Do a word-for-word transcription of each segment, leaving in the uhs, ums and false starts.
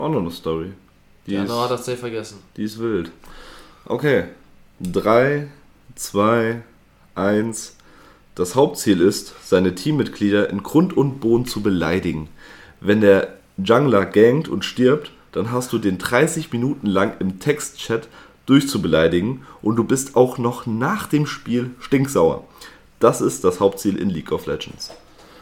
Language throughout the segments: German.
auch noch eine Story. Die ja, andere hat das safe vergessen. Die ist wild. Okay. drei, zwei, eins. Das Hauptziel ist, seine Teammitglieder in Grund und Boden zu beleidigen. Wenn der Jungler gankt und stirbt, dann hast du den dreißig Minuten lang im Textchat durchzubeleidigen und du bist auch noch nach dem Spiel stinksauer. Das ist das Hauptziel in League of Legends.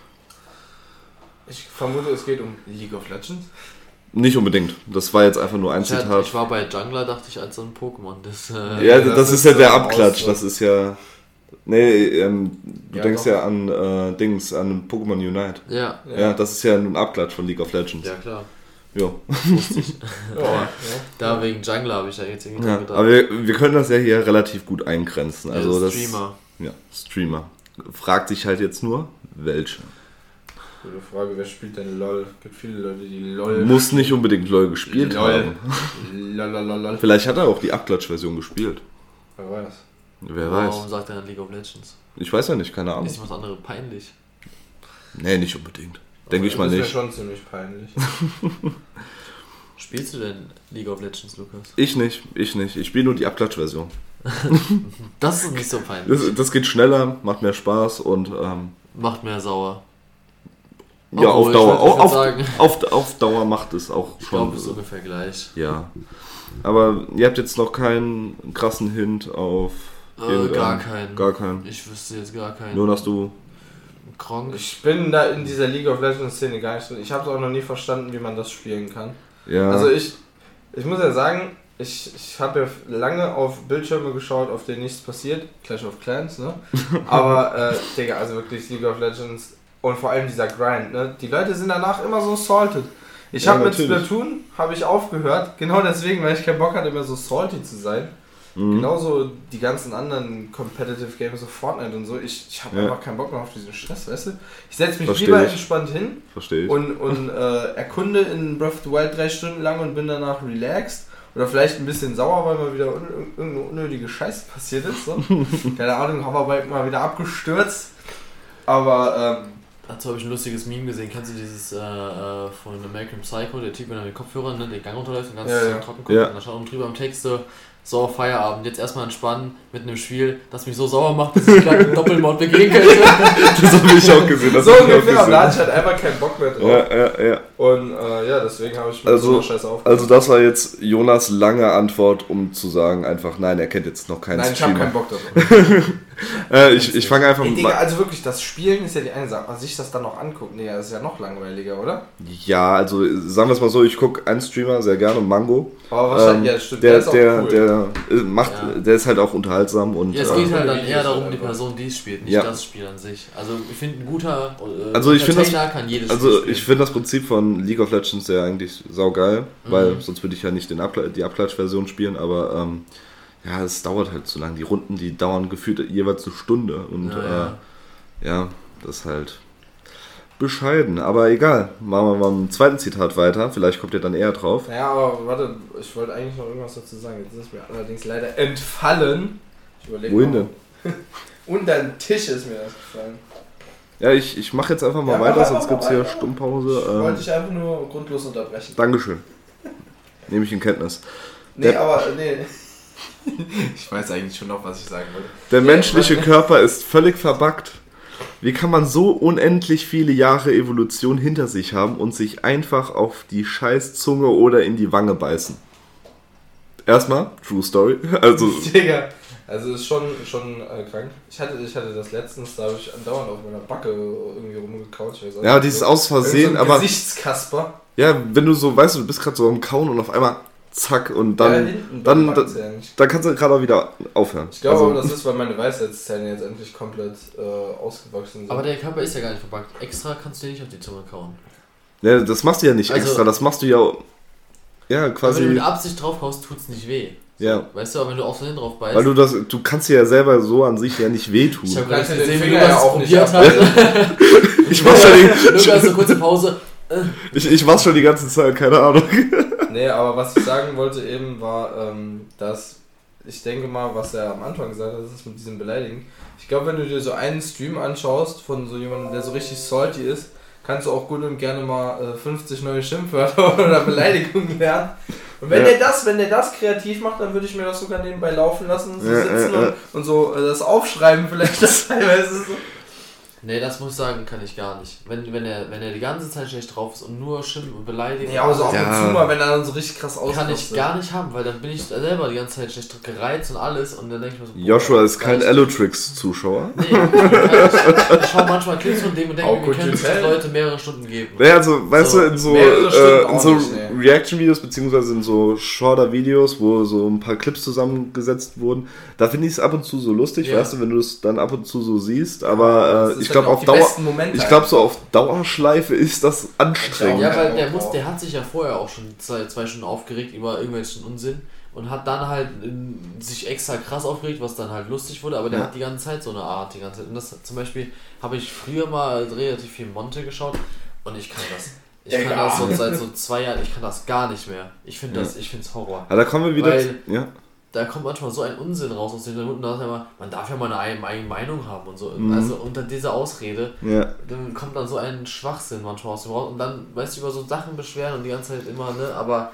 Ich vermute, es geht um League of Legends. Nicht unbedingt. Das war jetzt einfach nur ein ich Zitat. Hatte, ich war bei Jungler, dachte ich, als so ein Pokémon. Das, äh ja, das, das ist, ist ja der Abklatsch. Aus, das ist ja... Nee, ähm, du ja, denkst doch. ja an äh, Dings, an Pokémon Unite. Ja. ja. Ja, das ist ja ein Abklatsch von League of Legends. Ja, klar. Jo. Wusste ich. Ja, ja. Da wegen Jungler habe ich ja jetzt irgendwie ja, gedacht. aber wir, wir können das ja hier relativ gut eingrenzen. Also ja, Streamer. Das, ja, Streamer. Fragt sich halt jetzt nur, welche. Gute Frage, wer spielt denn LOL? Es gibt viele Leute, die LOL... Muss nicht unbedingt LOL gespielt LOL. haben. Lalalala. Vielleicht hat er auch die Abklatsch-Version gespielt. Wer weiß. Wer Warum weiß. Warum sagt er dann League of Legends? Ich weiß ja nicht, keine Ahnung. Ist ihm was anderes peinlich? Nee, nicht unbedingt. Denke ich mal das nicht. Das wäre schon ziemlich peinlich. Spielst du denn League of Legends, Lukas? Ich nicht, ich nicht. Ich spiele nur die Abklatsch-Version. Das ist nicht so peinlich. Das, das geht schneller, macht mehr Spaß und ähm, macht mehr sauer. ja, Obwohl, auf Dauer. auf, Auf, sagen. auf, auf Dauer macht es auch Ich schon. glaube, es ist ungefähr gleich. Ja. Aber ihr habt jetzt noch keinen krassen Hint auf... Äh, gar keinen. Gar keinen. Ich wüsste jetzt gar keinen. Nur, dass du... Kronk. Ich bin da in dieser League of Legends Szene gar nicht drin. Ich habe es auch noch nie verstanden, wie man das spielen kann. Ja. Also ich, ich muss ja sagen, ich, ich habe ja lange auf Bildschirme geschaut, auf denen nichts passiert. Clash of Clans, ne? Aber, äh, Digga, also wirklich League of Legends und vor allem dieser Grind, ne? Die Leute sind danach immer so salted. Ich Ja, habe mit natürlich. Splatoon, habe ich aufgehört, genau deswegen, weil ich keinen Bock hatte, immer so salty zu sein. Mhm. Genauso die ganzen anderen Competitive Games, so Fortnite und so. Ich, ich habe Ja. einfach keinen Bock mehr auf diesen Stress, weißt du? Ich setze mich Versteh lieber ich. entspannt hin Verstehe ich. und, und äh, erkunde in Breath of the Wild drei Stunden lang und bin danach relaxed. Oder vielleicht ein bisschen sauer, weil mal wieder un irgendeine unnötige Scheiße passiert ist. So. Keine Ahnung, Hoverbike mal wieder abgestürzt. Aber, ähm, Dazu habe ich ein lustiges Meme gesehen. Kennst du dieses äh, äh, von American Psycho, der Typ, wenn er mit den Kopfhörern ne, den Gang runterläuft und ganz Ja, ja. trocken guckt Ja. und da schaut oben drüber am Text so, so, Feierabend, jetzt erstmal entspannen mit einem Spiel, das mich so sauer macht, dass ich gleich einen Doppelmord begehen könnte. Das habe ich auch gesehen. Das so hab ich auch ungefähr, und da hatte ich gesehen. halt einfach keinen Bock mehr drauf. Ja, ja, ja. Und äh, ja, deswegen habe ich mir Also- so eine Scheiße aufgehört. Also das war jetzt Jonas lange Antwort, um zu sagen einfach, nein, er kennt jetzt noch keinen Nein, ich habe Streamer. keinen Bock drauf. äh, ich ich fange einfach Ey, mit... Digga, also wirklich, das Spielen ist ja die eine Sache, aber sich das dann noch angucken, Digga, das ist ja noch langweiliger, oder? Ja, also sagen wir es mal so, ich gucke einen Streamer sehr gerne, Mango. Aber wahrscheinlich, Ähm, ja, das stimmt, der, ist auch der, cool. der äh, macht, Ja. der ist halt auch unterhaltsam und Ja, es äh, geht halt dann Videos eher darum, halt die einfach. Person, die es spielt, nicht Ja. das Spiel an sich. Also ich finde, ein guter äh, Also ich finde das- Entertainer kann jedes Spiel also spielen. ich finde das Prinzip von League of Legends ja eigentlich saugeil, Mhm. weil sonst würde ich ja nicht den Abkla die Abklatsch-Version spielen, aber ähm, ja, es dauert halt zu lang. Die Runden, die dauern gefühlt jeweils eine Stunde und Ja, ja, ja. äh, ja das ist halt bescheiden. Aber egal, machen wir mal mit dem zweiten Zitat weiter, vielleicht kommt ihr dann eher drauf. Naja, aber warte, ich wollte eigentlich noch irgendwas dazu sagen. Jetzt ist es mir allerdings leider entfallen. Ich überlege Wohin noch. denn? Unter den Tisch ist mir das gefallen. Ja, ich, ich mache jetzt einfach mal Ja, weiter, mach sonst einfach gibt es hier weiter. Stummpause. Ich Ähm, wollte dich einfach nur grundlos unterbrechen. Dankeschön. Nehme ich in Kenntnis. Nee, Der- aber nee. Ich weiß eigentlich schon noch, was ich sagen wollte. Der Ja, menschliche warte. Körper ist völlig verbuggt. Wie kann man so unendlich viele Jahre Evolution hinter sich haben und sich einfach auf die scheiß Zunge oder in die Wange beißen? Erstmal, True Story. Also, Digga, also ist schon, schon äh, krank. Ich hatte, ich hatte das letztens, da habe ich andauernd auf meiner Backe irgendwie rumgekaut. Ich weiß auch ja, nicht, dieses so. aus Versehen, Irgend so ein aber Gesichtskasper. ja, wenn du so, weißt du, du bist gerade so am Kauen und auf einmal zack und dann, ja, hinten, dann, beim dann, Backenzähnen. dann kannst du gerade auch wieder aufhören. Ich glaube, also, aber das ist, weil meine Weisheitszähne jetzt endlich komplett äh, ausgewachsen sind. Aber der Körper ist ja gar nicht verbuggt. Extra kannst du dir nicht auf die Zunge kauen. ja, das machst du ja nicht Also- extra, das machst du ja, ja, Aber wenn du quasi, mit Absicht drauf kaust, tut's nicht weh. ja. Weißt du, aber wenn du auf Versehen drauf beißt. Weil du das, du kannst dir ja selber so an sich ja nicht wehtun. ich habe Du gerade kannst ja den gesehen, wie Finger Lukas ja es auch nicht probiert hat. Ich mach schon die, Lukas, so kurze Pause. ich, ich mach's schon die ganze Zeit, keine Ahnung. Nee, aber was ich sagen wollte eben war, ähm, dass ich denke mal, was er am Anfang gesagt hat, das ist mit diesem Beleidigen. Ich glaube, wenn du dir so einen Stream anschaust von so jemandem, der so richtig salty ist, kannst du auch gut und gerne mal äh, fünfzig neue Schimpfwörter oder Beleidigungen lernen. Und wenn ja. der das, wenn der das kreativ macht, dann würde ich mir das sogar nebenbei laufen lassen, so ja, sitzen ja, ja. Und, und so äh, das aufschreiben vielleicht das teilweise so. Nee, das muss ich sagen, kann ich gar nicht. Wenn, wenn, er, wenn er die ganze Zeit schlecht drauf ist und nur schimpft und beleidigt, Nee, aber so ab Ja. und zu mal, wenn er dann so richtig krass auskostet. kann ich gar nicht haben, weil dann bin ich selber die ganze Zeit schlecht gereizt und alles und dann denke ich mir so... boah, Joshua ist kein reicht. Allotrix-Zuschauer. Nee, ich, ich schaue manchmal Clips von dem und denke How mir, wir could können you es tell? Leute mehrere Stunden geben. Naja, also, weißt So, du, in so, mehrere Stunden äh, in auch so nicht, nee. Reaction-Videos, beziehungsweise in so Shorter-Videos, wo so ein paar Clips zusammengesetzt wurden, da finde ich es ab und zu so lustig, Ja. weißt du, wenn du es dann ab und zu so siehst, aber Das äh, ist ich halt glaube auch auf die Dauer, besten Momente ich halt. glaube so auf Dauerschleife ist das anstrengend. Ja, weil der auch muss, drauf. der hat sich ja vorher auch schon zwei, zwei Stunden aufgeregt über irgendwelchen Unsinn und hat dann halt in, sich extra krass aufgeregt, was dann halt lustig wurde, aber der Ja. hat die ganze Zeit so eine Art, die ganze Zeit. Und das zum Beispiel habe ich früher mal relativ viel Monte geschaut und ich kann das. Ich kann Egal. das so seit so zwei Jahren, ich kann das gar nicht mehr. Ich finde das, ich finde es Horror. Aber da kommen wir wieder, Weil- ja, Da kommt manchmal so ein Unsinn raus aus den Minuten, da sagt man, man darf ja mal eine eigene Meinung haben und so. Mhm. Also unter dieser Ausrede ja, dann kommt dann so ein Schwachsinn manchmal aus dem raus und dann, weißt du, über so Sachen beschweren und die ganze Zeit immer, ne, aber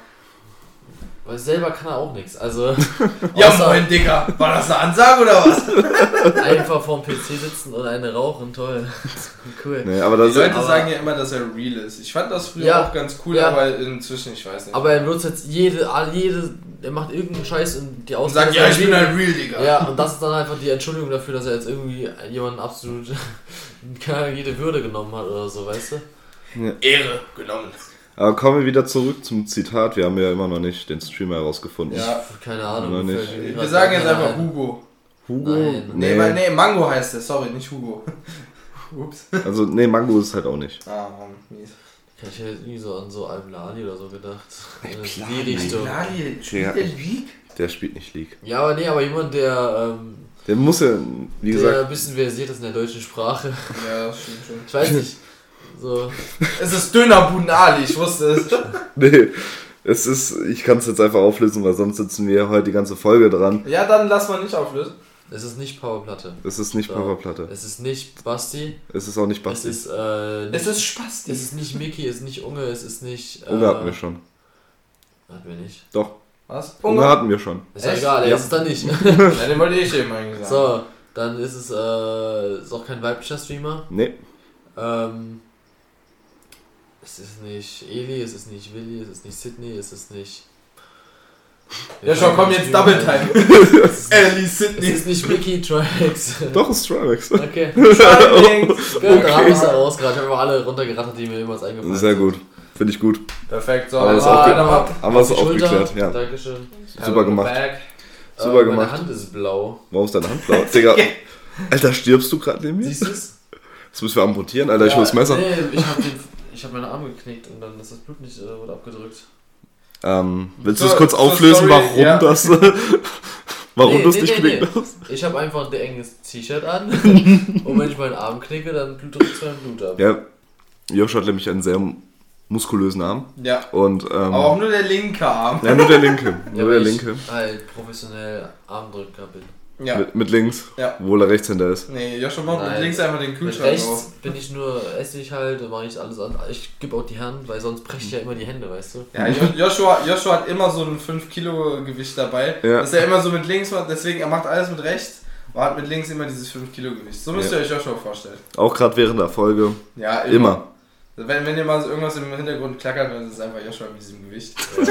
weil selber kann er auch nichts, also Ja außer moin, Digga, war das eine Ansage oder was? einfach vorm P C sitzen und eine rauchen, toll, cool. nee, aber Die das Leute aber- sagen ja immer, dass er real ist. Ich fand das früher Ja. auch ganz cool, Ja. aber inzwischen, ich weiß nicht. Aber er nutzt jetzt jede, all- jede, er macht irgendeinen Scheiß und die und Ausrede sagt, ist ja, dann ich bin wie- halt real, Digga. Ja, und das ist dann einfach die Entschuldigung dafür, dass er jetzt irgendwie jemanden absolut keine jede Würde genommen hat oder so, weißt du? Ehre genommen. aber kommen wir wieder zurück zum Zitat. Wir haben ja immer noch nicht den Streamer herausgefunden. Ja. Keine Ahnung. Oder mir nicht? fällt mir Wir gerade sagen jetzt keiner einfach ein. Hugo. Hugo? Nein. Nee, Nee, weil, nee, Mango heißt der, sorry, nicht Hugo. Ups. also nee, Mango ist halt auch nicht. Ah, Mann, mies. Ich hätte nie so an so einem Lali oder so gedacht. In Lali. die Richtung. Lali, Ja. spielt der League? Der spielt nicht League. Ja, aber nee, aber jemand, der, ähm, Der muss ja, wie der gesagt, ein bisschen versiert ist in der deutschen Sprache. Ja, das stimmt schon. Ich weiß nicht. So. Es ist Dönerbuden Ali, ich wusste es. nee, es ist, ich kann es jetzt einfach auflösen, weil sonst sitzen wir heute die ganze Folge dran. Ja, dann lass mal nicht auflösen. Es ist nicht Powerplatte. Es ist nicht So. Powerplatte. Es ist nicht Basti. Es ist auch nicht Basti. Es ist, äh, nicht, Es ist Spasti. es ist nicht Mickey, es ist nicht Unge, es ist nicht. Äh, Unge hatten wir schon. Hatten wir nicht. Doch, Was? Unge hatten wir schon. Ist ja Echt? egal, er Ja. ist es dann nicht. Ja, den wollte ich eben eigentlich sagen. So, dann ist es äh, ist auch kein weiblicher Streamer. Nee, Ähm, es ist nicht Eli, es ist nicht Willi, es ist nicht Sydney, es ist nicht. Ja, schon, komm jetzt Double Time. Es ist, Ellie es Sydney. ist nicht Mickey Trax. doch, ist Trimax. Okay. Timings. Gut, dann haben wir es raus gerade. Ich habe einfach alle runtergerattert, die mir jemals eingefallen Sehr sind. gut. Finde ich gut. Perfekt, so. Aber das dann auch war gut. einer ab. Haben wir es Auf die auch Schulter. geklärt, ja. Dankeschön. Super gemacht. Back. Super äh, gemacht. Meine Hand ist blau. Warum ist deine Hand blau? Digga, Alter, stirbst du gerade neben mir? Siehst du es? Das müssen wir amputieren, Alter, ich Ja, hol das Messer. Nee, ich habe hab meine Arme geknickt und dann ist das Blut nicht äh, wurde abgedrückt. Ähm, willst du Zur- es kurz zur auflösen, Story, warum ja. das, warum Nee, das nee, nicht nee, geknickt nee. hast? Ich habe einfach ein enges T-Shirt an und wenn ich meinen Arm knicke, dann blutet es mein Blut ab. Ja, Josh hat nämlich einen sehr muskulösen Arm Ja. und, ähm, Aber auch nur der linke Arm. ja, nur der linke, Ja, nur weil der ich linke. halt professionell Armdrücker bin. Ja. Mit, mit links, Ja. obwohl er Rechtshänder ist. Nee, Joshua macht mit Nein. links einfach den Mit Kühlschrank rechts auf. bin ich nur, esse ich halt, dann mache ich alles an. Ich gebe auch die Hand, weil sonst breche ich ja immer die Hände, weißt du? Ja, Jo- Joshua, Joshua hat immer so ein fünf Kilo Gewicht dabei. Ja. Dass er immer so mit links macht, deswegen er macht alles mit rechts, aber hat mit links immer dieses fünf Kilo Gewicht. So müsst ihr euch Joshua vorstellen. Auch gerade während der Folge. Ja, immer. Immer. Wenn, wenn ihr mal so irgendwas im Hintergrund klackert, dann ist es einfach Joshua mit diesem Gewicht.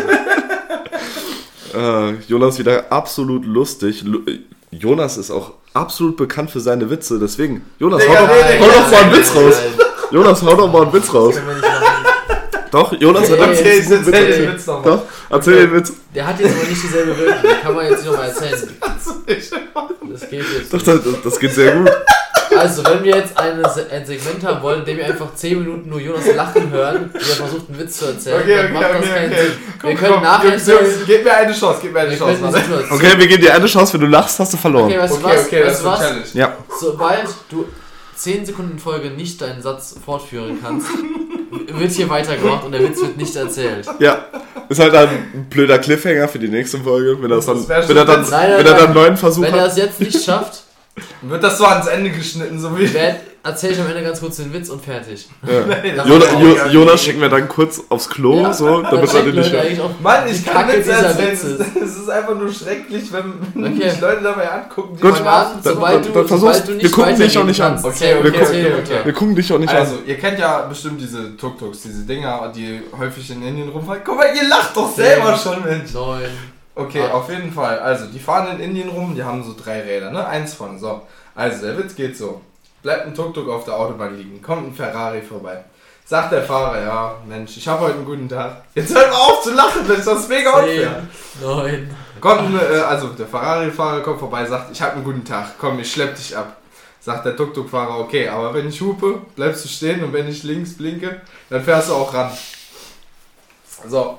Äh, Jonas wieder absolut lustig. Lu Jonas ist auch absolut bekannt für seine Witze, deswegen. Jonas, Digga, hau, doch, nee, hau Digga, doch mal einen nein, Witz nein, raus. nein. Jonas, hau doch mal einen Witz raus. Können wir nicht machen. Doch, Jonas hat Nee, einen Erzähl, guten erzähl Witz. den Witz nochmal. Doch, erzähl den Witz. Der hat jetzt aber nicht dieselbe Wirkung, den kann man jetzt nicht nochmal erzählen. Das geht jetzt Doch, nicht. das, das geht sehr gut. Also, wenn wir jetzt eine, Se- ein Segment haben wollen, in dem wir einfach zehn Minuten nur Jonas lachen hören, wie er versucht, einen Witz zu erzählen, Okay, dann okay, macht das okay, keinen okay. Sinn. Komm, Wir können komm, nachher Jungs, erzählen, Jungs, gib mir eine Chance, gib mir eine wir Chance. können die Warte. Situation. Okay, wir geben dir eine Chance, wenn du lachst, hast du verloren. Okay, weißt du Okay, was? okay, das weißt ist du eine was? Challenge. Ja. Sobald du zehn Sekunden Folge nicht deinen Satz fortführen kannst, wird hier weitergemacht und der Witz wird nicht erzählt. Ja. Ist halt dann ein blöder Cliffhanger für die nächste Folge, wenn, das dann, Das wär schon wenn er dann, Witz. Nein, nein, wenn er dann nein. einen neuen Versuch Wenn er hat. es jetzt nicht schafft, Wird das so ans Ende geschnitten, so wie. werd, erzähl ich am Ende ganz kurz den Witz und fertig. Ja. Nein, das Jonas, ist auch Jo- geil. Jonas schicken wir dann kurz aufs Klo, Ja, so, dann damit er checken den nicht Leute hört. eigentlich auch, Mann, ich die kann Kacke Witze dieser erzählen. Witze. Es ist einfach nur schrecklich, wenn Okay. mich Leute dabei angucken, die Gut. man Fang an, Dann- sobald dann- du, dann versuchst- sobald du wir nicht gucken dich auch nicht an. weiterreden kannst. Okay, okay, Erzähl okay, weiter. okay. Wir gucken dich auch nicht Also, an. ihr kennt ja bestimmt diese Tuk-Tuks, diese Dinger, die häufig in Indien rumfahren. Guck mal, ihr lacht doch selber schon, Mensch. Neun. Okay, Ah. auf jeden Fall. Also, die fahren in Indien rum, die haben so drei Räder, ne? Eins von, so. Also, der Witz geht so. Bleibt ein Tuk-Tuk auf der Autobahn liegen, kommt ein Ferrari vorbei. Sagt der Fahrer, ja, Mensch, ich habe heute einen guten Tag. Jetzt hört mal auf zu lachen, das ist das mega unfair. Zehn. Neun. Kommt ein, äh, also, der Ferrari-Fahrer kommt vorbei, sagt, ich habe einen guten Tag, komm, ich schlepp dich ab. Sagt der Tuk-Tuk-Fahrer, okay, aber wenn ich hupe, bleibst du stehen und wenn ich links blinke, dann fährst du auch ran. So.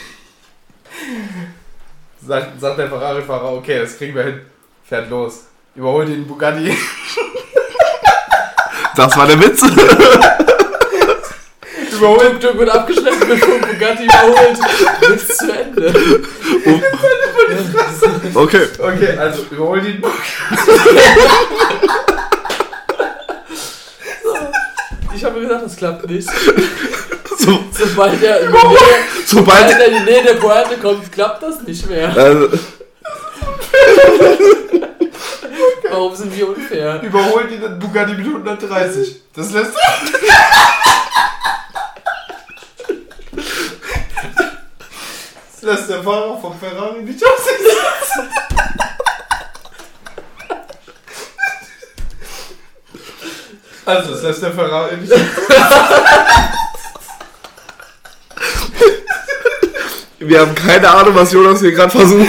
Sagt, sagt der Ferrari-Fahrer, okay, das kriegen wir hin. Fährt los. Überholt den Bugatti. Das war der Witz. Überholt. Tuk-Tuk wird abgeschleppt, wird vom Bugatti überholt. Witz zu Ende. Okay. Okay, also überholt den Bugatti. Ich habe mir gesagt, das klappt nicht. So, Sobald er in die Nähe, sobald sobald. er in die Nähe der Pointe kommt, klappt das nicht mehr. Also, Warum sind wir unfair? Überholt den Bugatti mit hundertdreißig. Das lässt. Das lässt der Fahrer vom Ferrari nicht auf sich sitzen. Also, das lässt der Ferrari nicht auf sich sitzen. wir haben keine Ahnung, was Jonas hier gerade versucht.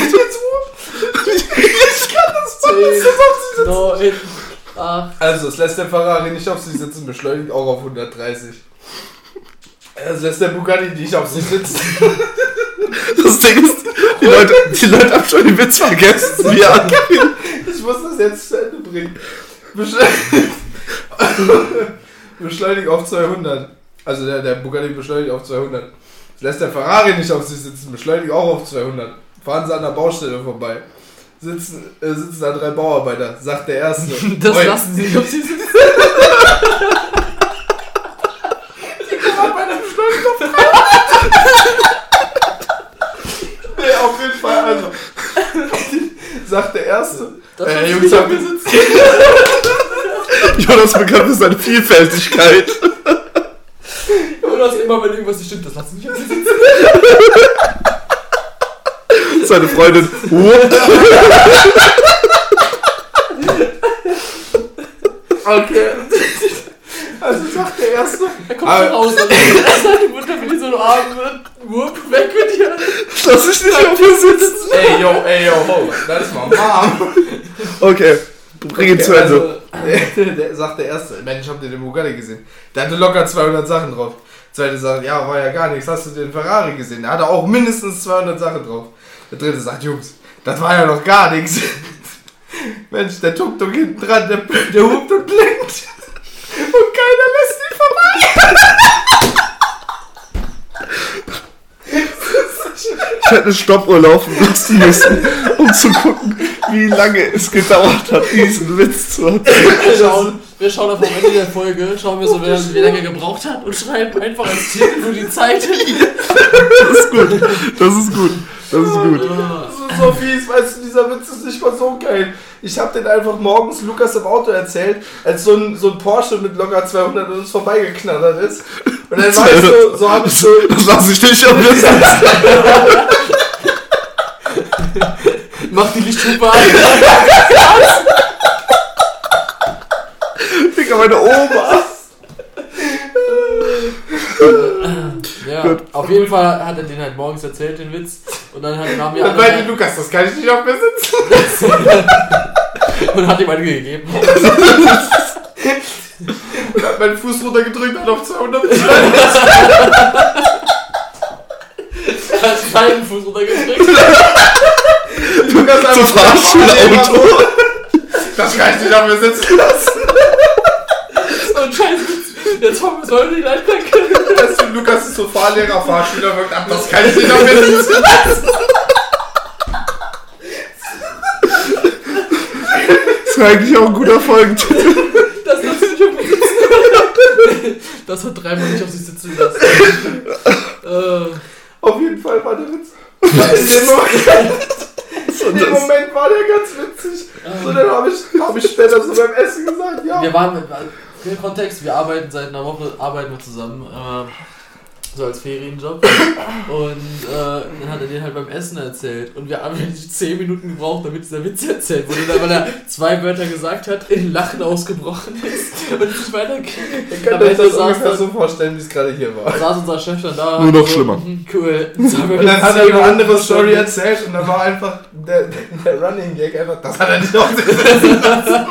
Ich kann das doch nicht so auf sich sitzen. Neun, acht. Also, es lässt der Ferrari nicht auf sich sitzen, beschleunigt auch auf hundertdreißig. Es lässt der Bugatti nicht auf sich sitzen. Das Ding ist, die Leute, die Leute haben schon den Witz vergessen. Wie an. Ich muss das jetzt zu Ende bringen. Beschleunigt, beschleunigt auf zweihundert. Also der, der Bugatti beschleunigt auf zweihundert. Es lässt der Ferrari nicht auf sich sitzen, beschleunigt auch auf zweihundert. Fahren sie an der Baustelle vorbei. Sitzen, äh, sitzen da drei Bauarbeiter, sagt der Erste. Das Oi, lassen sie nicht auf sie sitzen. bei der Beschleunigung auf Nee, auf jeden Fall, also. Sagt der Erste. Das Äh, lassen Jungs, sie nicht auf hab- mir sitzen. Jonas bekannt für seine Vielfältigkeit. Oder ist immer, wenn irgendwas nicht stimmt, das lassen sie nicht auf sie sitzen. Seine Freundin. Whoop. Okay. Also sagt der Erste. Er kommt Aber- so raus und seine Mutter will so einen Arm wird. Wurp, weg mit dir. Lass ich nicht auf mir sitzen. Ey, yo, ey, yo, ho. Das ist mal Mom. Okay, bring ihn Okay, zu Ende. also, der, der sagt der Erste, Mensch, habt ihr den Bugatti gesehen? Der hatte locker zweihundert Sachen drauf. Zweite sagt, ja, war ja gar nichts. Hast du den Ferrari gesehen? Der hatte auch mindestens zweihundert Sachen drauf. Der Dritte sagt, Jungs, das war ja noch gar nichts. Mensch, der Tuk-Tuk hinten dran, der, der hupt und blinkt. Und keiner lässt ihn vorbei. Ich hätte eine Stoppuhr laufen lassen müssen, um zu gucken, wie lange es gedauert hat, diesen Witz zu erzählen. Wir schauen, wir schauen auf am Ende der Folge, schauen wir so, wer wie lange er gebraucht hat und schreiben einfach als Titel für die Zeit hin. Das ist gut. Das ist gut. Das ist gut. Das ist so fies, weißt du, dieser Witz ist nicht mal so geil. Ich hab den einfach morgens Lukas im Auto erzählt, als so ein, so ein Porsche mit locker zweihundert an uns vorbeigeknattert ist. Und dann war ich so, so hab ich so... Das lasse ich nicht auf mir sitzen. Mach die Lichthupe an. Digga, meine Oma. Ja, Gut. auf jeden Fall hat er den halt morgens erzählt, den Witz. Und dann hat, haben wir Dann alle meinte Lukas, das kann ich nicht auf mir sitzen. und hat ihm eine gegeben. Und hat meinen Fuß runtergedrückt und hat auf zweihundert Er hat seinen Fuß runtergedrückt. Lukas Zum einfach Fahrschulauto. Das kann ich nicht auf mir sitzen lassen. So ein scheiß Witz. Jetzt haben wir es heute nicht leisten können. Das ist, Lukas ist so Fahrlehrer, Fahrschüler, wirkt ab, das kann ich nicht auf mir sitzen lassen. Das wäre eigentlich auch ein guter Folgentitel. Das lass ich auf mich sitzen. Das hat dreimal nicht auf sich sitzen lassen. äh. Auf jeden Fall war der Witz. In dem Moment, in dem Moment war der ganz witzig. So, dann habe ich, hab ich später so beim Essen gesagt, ja. Wir waren mit, für den Kontext, wir arbeiten seit einer Woche, arbeiten wir zusammen, äh, so als Ferienjob. Und äh, dann hat er den halt beim Essen erzählt. Und wir haben zehn Minuten gebraucht, damit dieser Witz erzählt wurde. Weil er zwei Wörter gesagt hat, in Lachen ausgebrochen ist und nicht weiterging. Ich kann euch das ungefähr so vorstellen, wie es gerade hier war. Saß unser Chef dann da. Nur noch so, schlimmer. Cool. Und dann hat er eine andere Story erzählt und dann war einfach der, der Running Gag einfach, das hat er nicht aufsitzen lassen.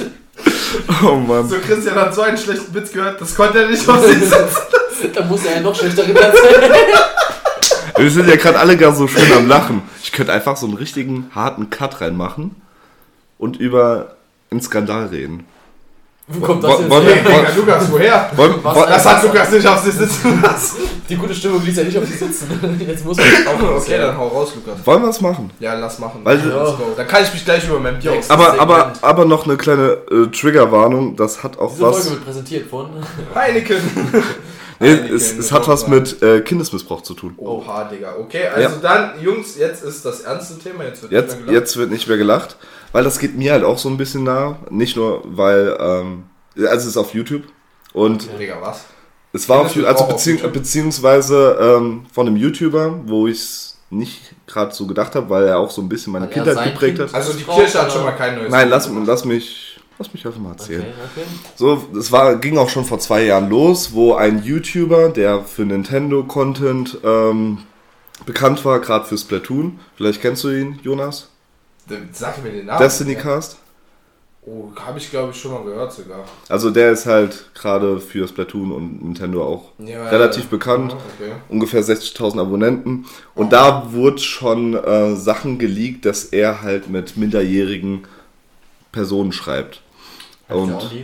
Oh Mann. So, Christian hat so einen schlechten Witz gehört, das konnte er nicht aufsitzen lassen. Da muss er ja noch schlechteren erzählen. Wir sind ja gerade alle gar so schön am Lachen. Ich könnte einfach so einen richtigen harten Cut reinmachen und über einen Skandal reden. Wo kommt das Wo- jetzt wollen her? wir- Digga, Lukas, woher? Wollen, Was wollen, Das hat Lukas nicht auf sich sitzen lassen. Die gute Stimmung ließ ja nicht auf sich sitzen. Jetzt muss man auch Okay, dann hau raus, Lukas. wollen wir es machen? Ja, lass machen. Weil- Let's go. Dann kann ich mich gleich über meinen Text. Aber, aber, aber noch eine kleine äh, Triggerwarnung, das hat auch Diese was... Folge wird präsentiert von... Heineken. Nee, Heineken es, es mit hat was Rotwein. mit äh, Kindesmissbrauch zu tun. Oha, Digga. Okay, also Ja. dann, Jungs, jetzt ist das ernste Thema. Jetzt wird Jetzt, nicht mehr gelacht. jetzt wird nicht mehr gelacht, weil das geht mir halt auch so ein bisschen nah. Nicht nur, weil... Ähm, also es ist auf YouTube und Okay. Digga, was? es war auf, Kindesmissbrauch also auf bezieh YouTube? beziehungsweise ähm, von einem YouTuber, wo ich es nicht gerade so gedacht habe, weil er auch so ein bisschen meine Weil er Kindheit sein geprägt Kind- hat. Also die Missbrauch, Kirche hat oder? schon mal kein neues Nein, Lied lass, gemacht. lass mich, lass mich einfach mal erzählen. Okay, okay. So, es war, ging auch schon vor zwei Jahren los, wo ein YouTuber, der für Nintendo-Content ähm, bekannt war, gerade für Splatoon. Vielleicht kennst du ihn, Jonas? Sag mir den Namen. Destiny Cast. Oh, habe ich glaube ich schon mal gehört sogar. Also der ist halt gerade für Splatoon und Nintendo auch Ja, relativ ja. bekannt. Okay. Ungefähr sechzigtausend Abonnenten. Und da wurde schon äh, Sachen geleakt, dass er halt mit minderjährigen Personen schreibt. Und Olli.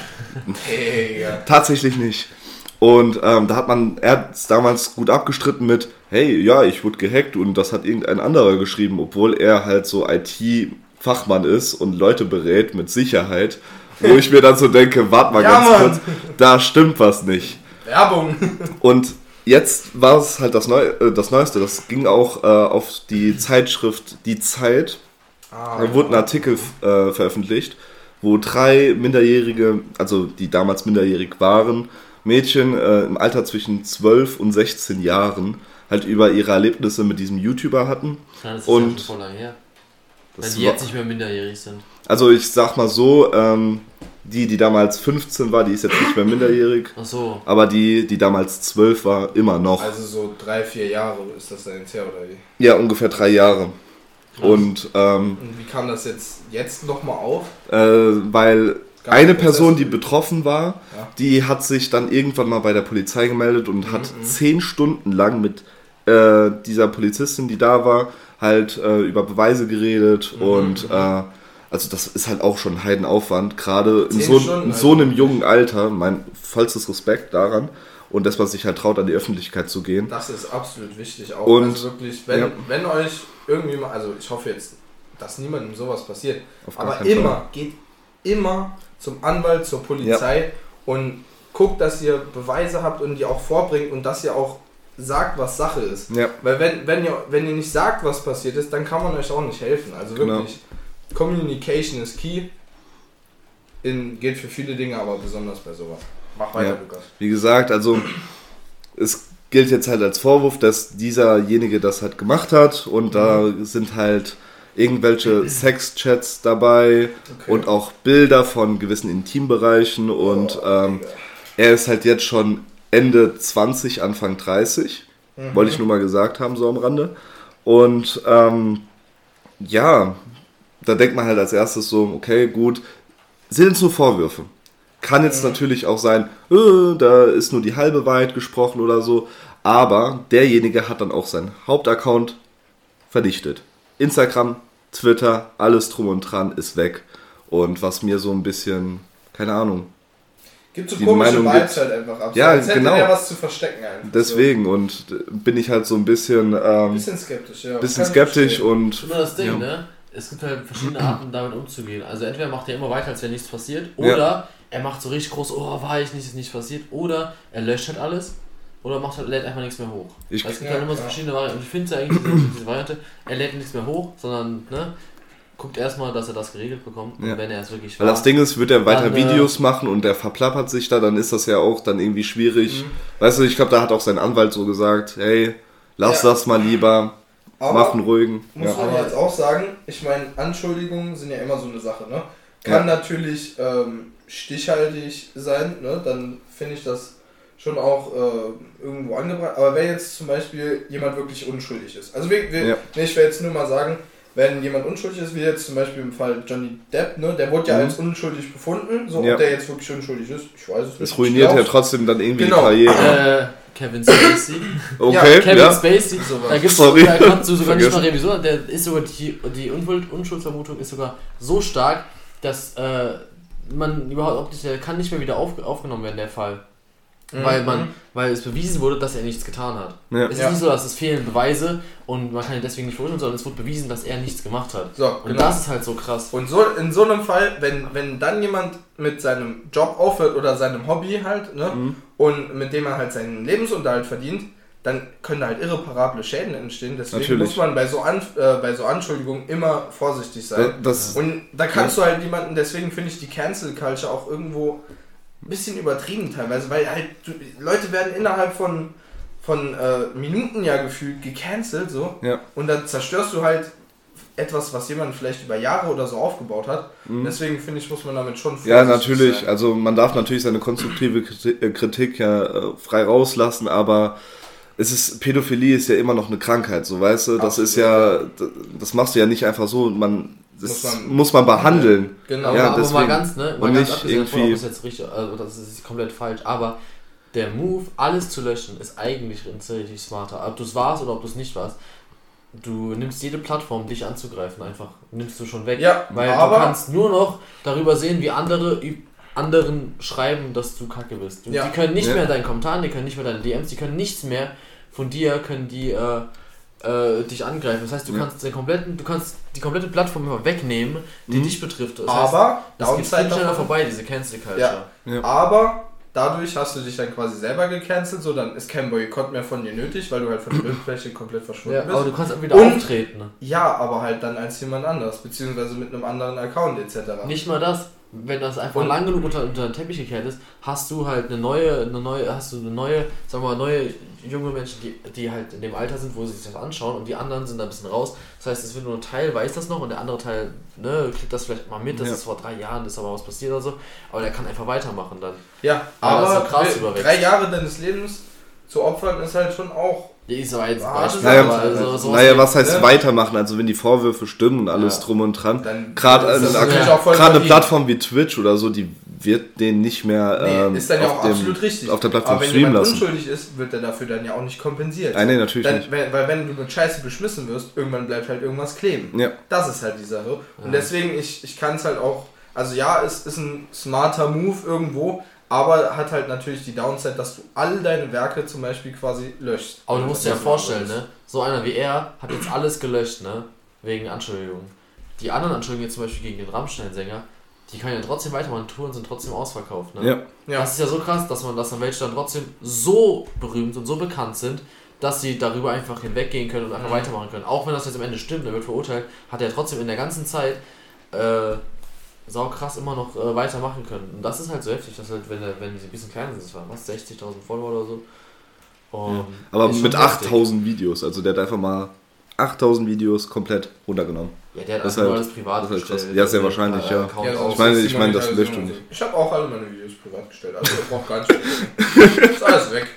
Digga. tatsächlich nicht. Und ähm, da hat man, er hat es damals gut abgestritten mit, hey, ja, ich wurde gehackt und das hat irgendein anderer geschrieben, obwohl er halt so I T-Fachmann ist und Leute berät mit Sicherheit, wo ich mir dann so denke, warte mal Ja, ganz Mann. kurz, da stimmt was nicht. Werbung. Und jetzt war es halt das, Neu äh, das Neueste, das ging auch äh, auf die Zeitschrift Die Zeit, Ah, da wurde ein Artikel äh, veröffentlicht, wo drei Minderjährige, also die damals minderjährig waren, Mädchen äh, im Alter zwischen zwölf und sechzehn Jahren halt über ihre Erlebnisse mit diesem YouTuber hatten. Ja, das ist Und ja schon voll lange her. Wenn Das die war, jetzt nicht mehr minderjährig sind. also ich sag mal so, ähm, die, die damals fünfzehn war, die ist jetzt nicht mehr minderjährig, Ach so. aber die, die damals zwölf war, immer noch. Also so drei, vier Jahre ist das dann jetzt her, oder wie? Ja, ungefähr drei Jahre. Krass. Und ähm, Und wie kam das jetzt, jetzt nochmal auf? äh, weil Gab eine einen Prozess? Person, die betroffen war, Ja. die hat sich dann irgendwann mal bei der Polizei gemeldet und hat mhm. zehn Stunden lang mit äh, dieser Polizistin, die da war, halt äh, über Beweise geredet Mhm, und mhm. äh, also das ist halt auch schon ein Heidenaufwand, gerade in Zehn so, Stunden, in so Alter. einem jungen Alter, mein vollstes Respekt daran und dass man sich halt traut, an die Öffentlichkeit zu gehen. Das ist absolut wichtig auch. Und- also wirklich, wenn, ja. wenn euch irgendwie mal, also ich hoffe jetzt, dass niemandem sowas passiert, Auf gar aber keinen immer, Fall. geht immer zum Anwalt, zur Polizei und guckt, dass ihr Beweise habt und die auch vorbringt und dass ihr auch sagt, was Sache ist. Ja, Weil wenn, wenn, ihr, wenn ihr nicht sagt, was passiert ist, dann kann man euch auch nicht helfen. Also Genau. wirklich, Communication ist key. In, gilt für viele Dinge, aber besonders bei sowas. Mach weiter, Ja. Lukas. wie gesagt, also es gilt jetzt halt als Vorwurf, dass dieserjenige das halt gemacht hat und da sind halt irgendwelche Sexchats dabei Okay. und auch Bilder von gewissen Intimbereichen und Oh, ähm, Digga. er ist halt jetzt schon Ende zwanzig, Anfang dreißig, Mhm. wollte ich nur mal gesagt haben, so am Rande. Und ähm, ja, da denkt man halt als erstes so, okay, gut, sind jetzt nur Vorwürfe. Kann jetzt Mhm. natürlich auch sein, äh, da ist nur die halbe Wahrheit gesprochen oder so, aber derjenige hat dann auch seinen Hauptaccount vernichtet. Instagram, Twitter, alles drum und dran ist weg. Und was mir so ein bisschen, keine Ahnung, Gibt so die komische Meinung Vibes gibt- halt einfach ab. Ja, Als hätte genau. der was zu verstecken einfach. deswegen und äh, bin ich halt so ein bisschen, So. ähm, Bisschen skeptisch, ja. bisschen Kann ich skeptisch verstehen. und Immer das Ding, ja. ne? Es gibt halt verschiedene Arten, damit umzugehen. Also entweder macht er immer weiter, als wäre nichts passiert, Ja. oder er macht so richtig groß, oh, war ich nicht, ist nicht passiert. Oder er löscht halt alles. Oder macht halt, lädt einfach nichts mehr hoch. Ich, also es gibt ja, dann immer so ja. verschiedene Varianten. Und ich finde ja eigentlich diese, diese Variante, er lädt nichts mehr hoch, sondern ne, guckt erstmal, dass er das geregelt bekommt. Und Ja. wenn er es wirklich Weil war, das Ding ist, wird er weiter dann, Videos machen und der verplappert sich da, dann ist das ja auch dann irgendwie schwierig. Mhm. Weißt du, ich glaube, da hat auch sein Anwalt so gesagt, hey, lass ja. das mal lieber, aber mach einen ruhigen. Muss ja. man jetzt auch sagen, ich meine, Anschuldigungen sind ja immer so eine Sache, ne? Kann ja. natürlich ähm, stichhaltig sein, ne? Dann finde ich das schon auch äh, irgendwo angebracht. Aber wenn jetzt zum Beispiel jemand wirklich unschuldig ist, also wir, wir, ja. nee, ich will jetzt nur mal sagen, wenn jemand unschuldig ist, wie jetzt zum Beispiel im Fall Johnny Depp, ne, der wurde ja mhm. als unschuldig befunden, so ja. ob der jetzt wirklich unschuldig ist, ich weiß es nicht. Es ruiniert ja trotzdem dann irgendwie genau. die Karriere. Äh, Kevin Spacey. Okay, ja, Kevin ja. Spacey, da gibt's Sorry. Da kannst du sogar Vergessen. nicht mal Revision, der ist sogar, die, die Unschuldsvermutung ist sogar so stark, dass äh, man überhaupt nicht, der kann nicht mehr wieder auf, aufgenommen werden, der Fall. Mhm. Weil man, weil es bewiesen wurde, dass er nichts getan hat. Ja. Es ist ja. nicht so, dass es fehlen Beweise und man kann ihn deswegen nicht verurteilen, sondern es wurde bewiesen, dass er nichts gemacht hat. So, und genau. das ist halt so krass. Und so in so einem Fall, wenn, wenn dann jemand mit seinem Job aufhört oder seinem Hobby halt, ne, mhm. und mit dem er halt seinen Lebensunterhalt verdient, dann können da halt irreparable Schäden entstehen. Deswegen Natürlich. muss man bei so, An, äh, bei so Anschuldigungen immer vorsichtig sein. Das, und da kannst ja. du halt jemanden, deswegen finde ich die Cancel Culture auch irgendwo ein bisschen übertrieben teilweise, weil halt du, Leute werden innerhalb von, von äh, Minuten ja gefühlt gecancelt so ja. und dann zerstörst du halt etwas, was jemand vielleicht über Jahre oder so aufgebaut hat. Mhm. Deswegen finde ich, muss man damit schon vorsichtig Ja, natürlich. sein. Also man darf natürlich seine konstruktive Kritik ja äh, frei rauslassen, aber es ist, Pädophilie ist ja immer noch eine Krankheit, so weißt du, das Absolut. ist ja, das machst du ja nicht einfach so, man Das muss man, muss man behandeln. Genau, ja, aber mal ganz, ne? Mal und ganz nicht abgesehen irgendwie davon, ob das jetzt richtig, also das ist komplett falsch, aber der Move, alles zu löschen, ist eigentlich richtig smarter. Ob du es warst oder ob du es nicht warst, du nimmst jede Plattform, dich anzugreifen, einfach nimmst du schon weg. Ja, weil aber du kannst nur noch darüber sehen, wie andere anderen schreiben, dass du kacke bist. Du, ja. Die können nicht ja. mehr deinen Kommentaren, die können nicht mehr deine D Ms, die können nichts mehr von dir, können die äh, äh, dich angreifen. Das heißt, du ja. kannst den kompletten, du kannst die komplette Plattform immer wegnehmen, die mhm. dich betrifft. Das aber heißt, das geht viel schneller vorbei, diese Cancel Culture. Ja. Ja. Aber dadurch hast du dich dann quasi selber gecancelt, so dann ist kein Boykott mehr von dir nötig, weil du halt von der Bildfläche komplett verschwunden ja, bist. Aber du kannst auch wieder Und, auftreten. Ja, aber halt dann als jemand anders, beziehungsweise mit einem anderen Account et cetera. Nicht mal das. Wenn das einfach und lang genug unter, unter den Teppich gekehrt ist, hast du halt eine neue, eine neue, hast du eine neue, sagen wir mal, neue junge Menschen, die, die halt in dem Alter sind, wo sie sich das anschauen und die anderen sind da ein bisschen raus. Das heißt, es wird nur ein Teil weiß das noch und der andere Teil, ne, kriegt das vielleicht mal mit, das ja. ist vor drei Jahren, ist aber was passiert oder so, aber der kann einfach weitermachen dann. Ja, aber, aber so krass drei Jahre deines Lebens zu opfern ist halt schon auch. Die ist aber jetzt Beispiel, naja, also naja, was heißt ne? weitermachen? Also wenn die Vorwürfe stimmen und alles ja. drum und dran, gerade eine, ja. eine Plattform wie Twitch oder so, die wird den nicht mehr nee, ähm, ist dann ja auch dem, absolut richtig. auf der Plattform aber wenn streamen jemand lassen. unschuldig ist, wird er dafür dann ja auch nicht kompensiert. Nein, nee, natürlich dann, nicht. Wenn, weil wenn du mit Scheiße beschmissen wirst, irgendwann bleibt halt irgendwas kleben. Ja. Das ist halt die Sache. Und ja. deswegen, ich, ich kann es halt auch, also ja, es ist ein smarter Move irgendwo, aber hat halt natürlich die Downside, dass du all deine Werke zum Beispiel quasi löscht. Aber du musst dir ja vorstellen, ne? So einer wie er hat jetzt alles gelöscht, ne? Wegen Anschuldigungen. Die anderen Anschuldigungen, zum Beispiel gegen den Rammstein-Sänger, die können ja trotzdem weitermachen, Touren sind trotzdem ausverkauft, ne? Ja. Ja. Das ist ja so krass, dass man, dass dann welche dann trotzdem so berühmt und so bekannt sind, dass sie darüber einfach hinweggehen können und einfach mhm. weitermachen können. Auch wenn das jetzt am Ende stimmt, er wird verurteilt, hat er trotzdem in der ganzen Zeit äh, sau krass immer noch äh, weitermachen können. Und das ist halt so heftig, dass halt, wenn, wenn die ein bisschen kleiner sind, das waren was, sechzigtausend Follower oder so. Um, ja. Aber mit achttausend Videos, also der hat einfach mal achttausend Videos komplett runtergenommen. Ja, der hat das einfach halt, alles privat das gestellt. Halt ja, sehr wahrscheinlich, ja. ja ich meine, ich meine, das löscht du nicht. Ich habe auch alle meine Videos privat gestellt, also ich brauche gar nicht. Ist alles weg.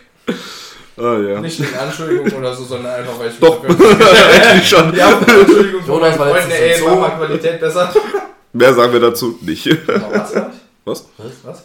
Oh, ja. Nicht wegen Anschuldigung oder so, sondern einfach, weil ich... Doch, eigentlich schon. Ja, Entschuldigung von meinen Jonas, Freunden, ey, mach mal Qualität besser. Mehr sagen wir dazu nicht. Aber was sag ich? Was? Was?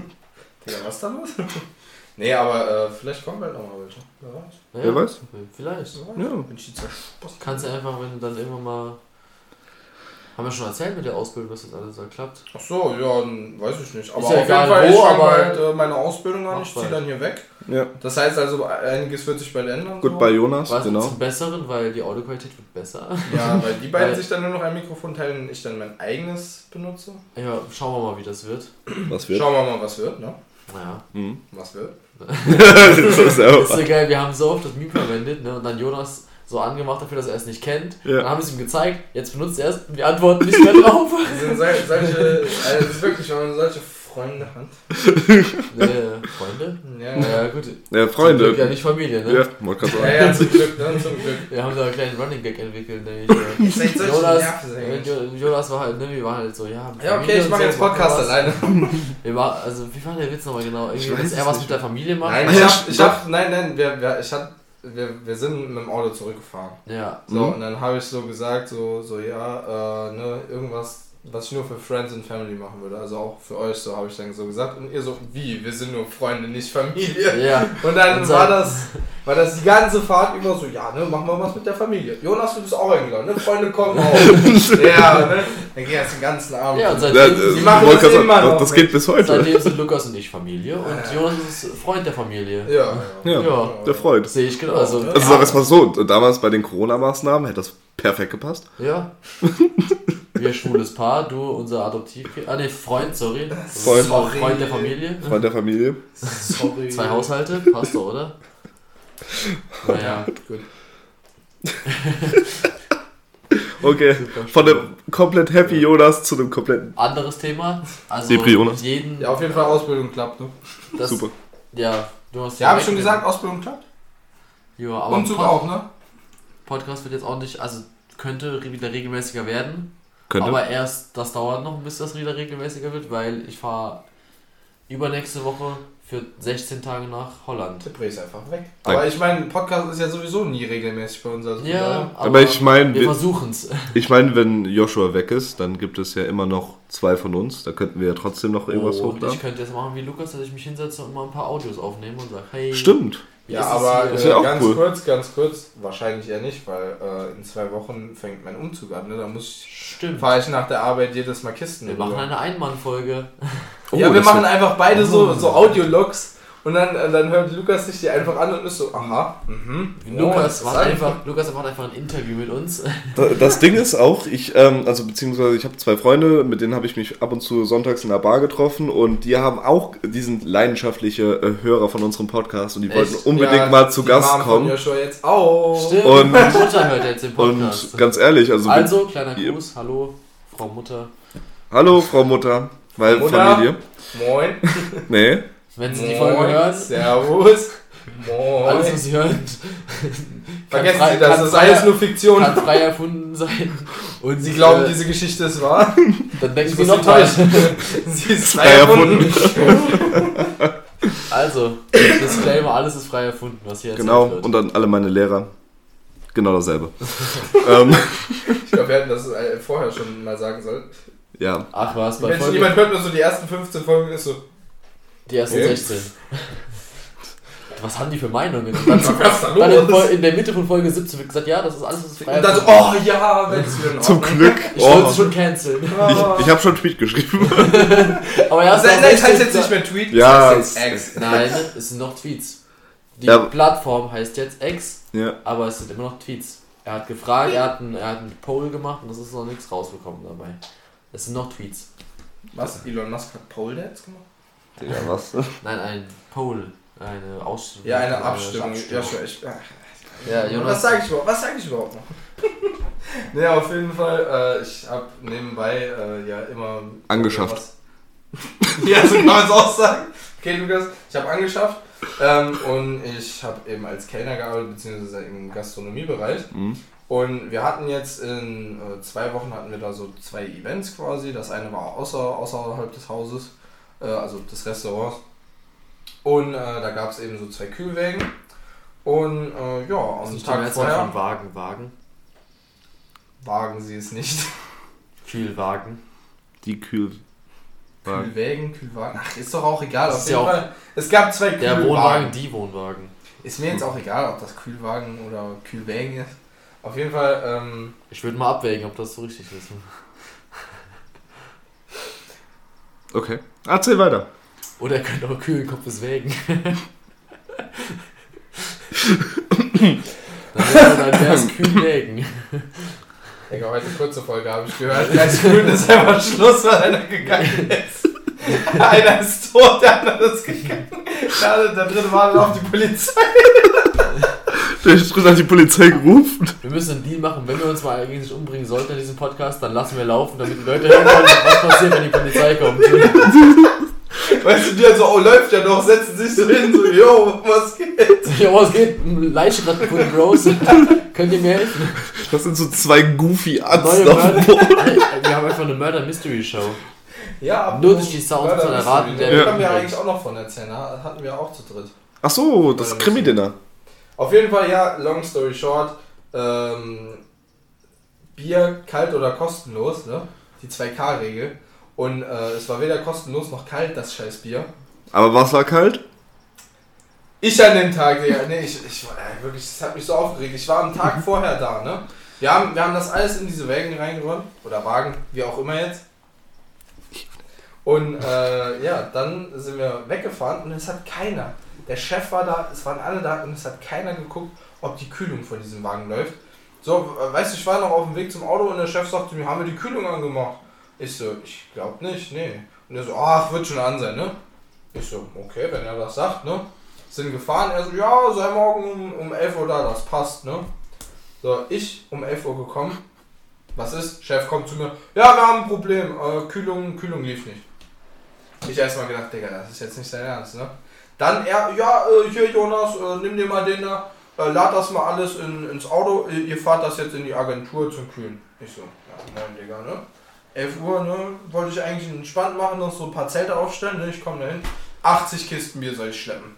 Ja, was dann was? Nee, aber äh, vielleicht kommen bald nochmal welche. Wer weiß. Ja, Wer weiß? Vielleicht. Ja. Bin ich die Kannst du einfach, wenn du dann immer mal... Haben wir schon erzählt mit der Ausbildung, dass das alles so klappt? Ach so, ja, weiß ich nicht. Aber ja auf egal jeden Fall, wo, ich fange aber bald äh, meine Ausbildung an, ich bald. ziehe dann hier weg. Ja. Das heißt also, einiges wird sich bald ändern. Gut so. bei Jonas, Was genau. zum Besseren, weil die Audioqualität wird besser. Ja, weil die beiden Weil- sich dann nur noch ein Mikrofon teilen und ich dann mein eigenes benutze. Ja, schauen wir mal, wie das wird. Was wird? Schauen wir mal, was wird, ne? Naja. Mhm. Was wird? Das ist ja Das ist so geil, wir haben so oft das Meme verwendet, ne? Und dann Jonas so angemacht dafür, dass er es nicht kennt. Ja. Dann haben wir es ihm gezeigt, jetzt benutzt er es und wir antworten nicht mehr drauf. Das sind sol- solche, also das ist wirklich, wenn man solche Freunde hat. Nee, Freunde? Ja, Naja, gut. Ja, Zum Freunde. Glück ja nicht Familie, ne? Ja, wollte gerade ja, sagen. ja, zum Glück, ne? Zum Glück. Wir haben da einen kleinen Running Gag entwickelt, nämlich. Äh, Ihr seid solche Jonas, Nerven, äh, Jo- Jonas war halt, ne, wir waren halt so, ja. Ja, okay, Familie ich und mache so, jetzt Podcast was. alleine. Wir war, also, wie war der Witz nochmal genau? Irgendwie, Ich weiß dass es er was nicht mit der Familie macht. Nein, Ah, ich ja, hab, ich doch. hab, nein, nein, wir, wir, ich hab, wir, wir sind mit dem Auto zurückgefahren. Ja. So, Mhm. und dann habe ich so gesagt, so, so ja, äh, ne, irgendwas, was ich nur für Friends and Family machen würde. Also auch für euch, so habe ich dann so gesagt. Und ihr so, wie? Wir sind nur Freunde, nicht Familie. Ja. Und dann Und war so- das, war das die ganze Fahrt über so, ja, ne, machen wir was mit der Familie. Jonas, du bist auch eingeladen, ne? Freunde kommen auch. Ja, ne? Dann ging das den ganzen Abend. Ja, und Ja, seitdem, äh, Die machen wollte das gerade immer sagen, noch, das ne? geht bis heute. seitdem sind Lukas und ich Familie und Ja. Jonas ist Freund der Familie. Ja, Ja, Ja. der Freund. Sehe ich genau. Also, Also sag es mal so, damals bei den Corona-Maßnahmen hätte das perfekt gepasst. ja. Wir schwules Paar, du unser Adoptivkind. Ah ne, Freund, sorry. Freund. Freund. Freund der Familie. Freund der Familie. sorry. Zwei Haushalte, passt doch, oder? Naja, Gut. Okay, super von schön. dem komplett happy Jonas zu dem kompletten... Anderes Thema. Also Depri Jonas. jeden. Ja, auf jeden Fall Ausbildung klappt, ne? Das, Super. Ja, du hast Ja, habe ich schon gesagt, Ausbildung klappt. Ja, aber Umzug Pod- auch, ne? Podcast wird jetzt auch nicht, also könnte wieder regelmäßiger werden. Könnte. Aber erst, das dauert noch, bis das wieder regelmäßiger wird, weil ich fahre übernächste Woche für sechzehn Tage nach Holland. Der Dreh ist einfach weg. Aber ich meine, Podcast ist ja sowieso nie regelmäßig bei uns. Also von Ja, daher- aber, Aber ich meine, wir wir- versuchen's. ich meine, wenn Joshua weg ist, dann gibt es ja immer noch zwei von uns. Da könnten wir ja trotzdem noch irgendwas Und hochladen. ich könnte jetzt machen wie Lukas, dass ich mich hinsetze und mal ein paar Audios aufnehme und sage, hey, Stimmt. wie Ja, ist es aber hier? Ist ja auch äh, ganz cool. kurz, ganz kurz, wahrscheinlich eher nicht, weil äh, in zwei Wochen fängt mein Umzug an, ne? Da muss ich, Stimmt. fahre ich nach der Arbeit jedes Mal Kisten Wir rüber. machen eine Ein-Mann-Folge. Oh, ja, wir das machen wird- einfach beide so, Oh. so Audiologs und dann, äh, dann hört Lukas sich die einfach an und ist so, aha, mhm. Lukas oh, macht interessant. einfach, Lukas macht einfach ein Interview mit uns. Da- Das Ding ist auch, ich, ähm, also beziehungsweise ich habe zwei Freunde, mit denen habe ich mich ab und zu sonntags in der Bar getroffen und die haben auch, die sind leidenschaftliche äh, Hörer von unserem Podcast und die wollten Echt? unbedingt Ja, mal zu die Gast Mom von kommen. Joshua jetzt auch. Stimmt, Und- meine Mutter hört jetzt den Und Podcast. ganz ehrlich, also, Also, kleiner ihr- Gruß, hallo, Frau Mutter. hallo Frau Mutter, weil Mutter. Familie. Moin. Nee. Wenn Sie die Folge hören, Servus. Moin. alles was Sie hören, Vergessen frei- Sie das, kann das ist frei- alles nur Fiktion. kann frei erfunden sein. Und Sie glauben, äh, diese Geschichte ist wahr? dann denken Ich Sie muss noch falsch. Sie ist Frei frei erfunden. Also, Disclaimer, alles ist frei erfunden, was hier erzählt Genau, wird. und dann alle meine Lehrer. Genau dasselbe. ähm, Ich glaube, wir hätten das äh, vorher schon mal sagen sollen. ja. Ach was, bei Mensch, Folge, niemand hört nur so die ersten fünfzehn Folgen und ist so, die ersten Okay. sechzehn. Was haben die für Meinungen? Und dann, was ist da dann in, los? Fol- in der Mitte von Folge siebzehn wird gesagt, ja, das ist alles das ist frei Und dann so, erfunden. oh ja, wenn es wieder in Zum Ordnung. Glück. Ich wollte Oh, es schon canceln. ich ich habe schon einen Tweet geschrieben. Aber ja, Das heißt, das heißt jetzt nicht mehr Tweet, Ja, das heißt jetzt X. Nein, es sind noch Tweets. Die Ja. Plattform heißt jetzt X, Ja. aber es sind immer noch Tweets. Er hat gefragt, er hat einen, er hat einen Poll gemacht und es ist noch nichts rausgekommen dabei. Es sind noch Tweets. Was? Elon Musk hat Pole Dance gemacht? Digga, was? Nein, ein Poll. Eine Ausstimmung. Ja, eine Abstimmung. Ja, schon echt. Ja, Was Jonas. sage ich überhaupt? Was sage ich überhaupt noch? Ne, auf jeden Fall. Äh, ich habe nebenbei äh, ja immer Angeschafft. was- ja, so kann man es auch sagen. Okay, Lukas, ich habe angeschafft ähm, und ich habe eben als Kellner gearbeitet, beziehungsweise im Gastronomiebereich. Mhm. Und wir hatten jetzt in äh, zwei Wochen hatten wir da so zwei Events quasi. Das eine war außer, außerhalb des Hauses, äh, also des Restaurants. Und äh, da gab es eben so zwei Kühlwägen. Und äh, ja, Das am ist Tag Tag vorher von Wagen, Wagen. wagen sie es nicht. Kühlwagen. Die Kühl. Kühlwägen, Kühlwagen. Ach, ist doch auch egal. Das Auf ist jeden ja auch Fall. Es gab zwei Der Kühlwagen. Wohnwagen, die Wohnwagen. Ist mir jetzt auch egal, ob das Kühlwagen oder Kühlwägen ist. Auf jeden Fall, ähm... Ich würde mal abwägen, ob das so richtig ist. Okay, erzähl weiter. Oder ihr könnt auch kühlen Kopfes wägen. Dann wäre es kühl wägen. Digga, heute kurze Folge habe ich gehört. Ganz cool ist einfach Schluss, weil einer gegangen ist. Einer ist tot, der andere ist gegangen. Der, der dritte war dann auf die Polizei. Der ist drin, hat die Polizei gerufen. Wir müssen einen Deal machen, wenn wir uns mal eigentlich umbringen sollten in diesem Podcast, dann lassen wir laufen, damit die Leute hören können, was passiert, wenn die Polizei kommt. Weißt du, die halt so, oh, läuft ja noch, setzen sich so hin, so, yo, was geht? Jo, was geht? Leiche gerade gefunden, Bros. Könnt ihr mir helfen? Das sind so zwei goofy Arzt Neue auf dem Mörder. Boden. Wir haben einfach eine Murder-Mystery-Show. Ja, Nur durch die Sounds von erraten, der. der- Da können wir eigentlich auch noch von erzählen, da hatten wir auch zu dritt. Ach so, das Krimi-Dinner. Auf jeden Fall, ja, long story short, ähm, Bier kalt oder kostenlos, ne? Die zwei K Regel. Und äh, es war weder kostenlos noch kalt, das scheiß Bier. Aber was war kalt? Ich an dem Tag, Digga, nee, ich, ich war äh, wirklich, das hat mich so aufgeregt. Ich war am Tag vorher da, ne? Wir haben, wir haben das alles in diese Wägen reingeräumt, oder Wagen, wie auch immer jetzt. Und äh, ja, dann sind wir weggefahren und es hat keiner. Der Chef war da, es waren alle da und es hat keiner geguckt, ob die Kühlung von diesem Wagen läuft. So, äh, weißt du, ich war noch auf dem Weg zum Auto und der Chef sagte mir, haben wir die Kühlung angemacht? Ich so, ich glaub nicht, nee. Und er so, ach, wird schon an sein, ne? Ich so, okay, wenn er das sagt, ne? Sind gefahren, er so, ja, sei morgen um, um elf Uhr da, das passt, ne? So, ich um elf Uhr gekommen. Was ist? Chef kommt zu mir, ja, wir haben ein Problem, äh, Kühlung, Kühlung lief nicht. Ich erstmal gedacht, Digga, das ist jetzt nicht sein Ernst, ne? Dann er, ja, äh, hier Jonas, äh, nimm dir mal den da, äh, lad das mal alles in, ins Auto, ihr, ihr fahrt das jetzt in die Agentur zum Kühlen. Ich so, ja, nein, Digga, ne? elf Uhr, ne? Wollte ich eigentlich entspannt machen, noch so ein paar Zelte aufstellen, ne? Ich komme da hin, achtzig Kisten Bier soll ich schleppen.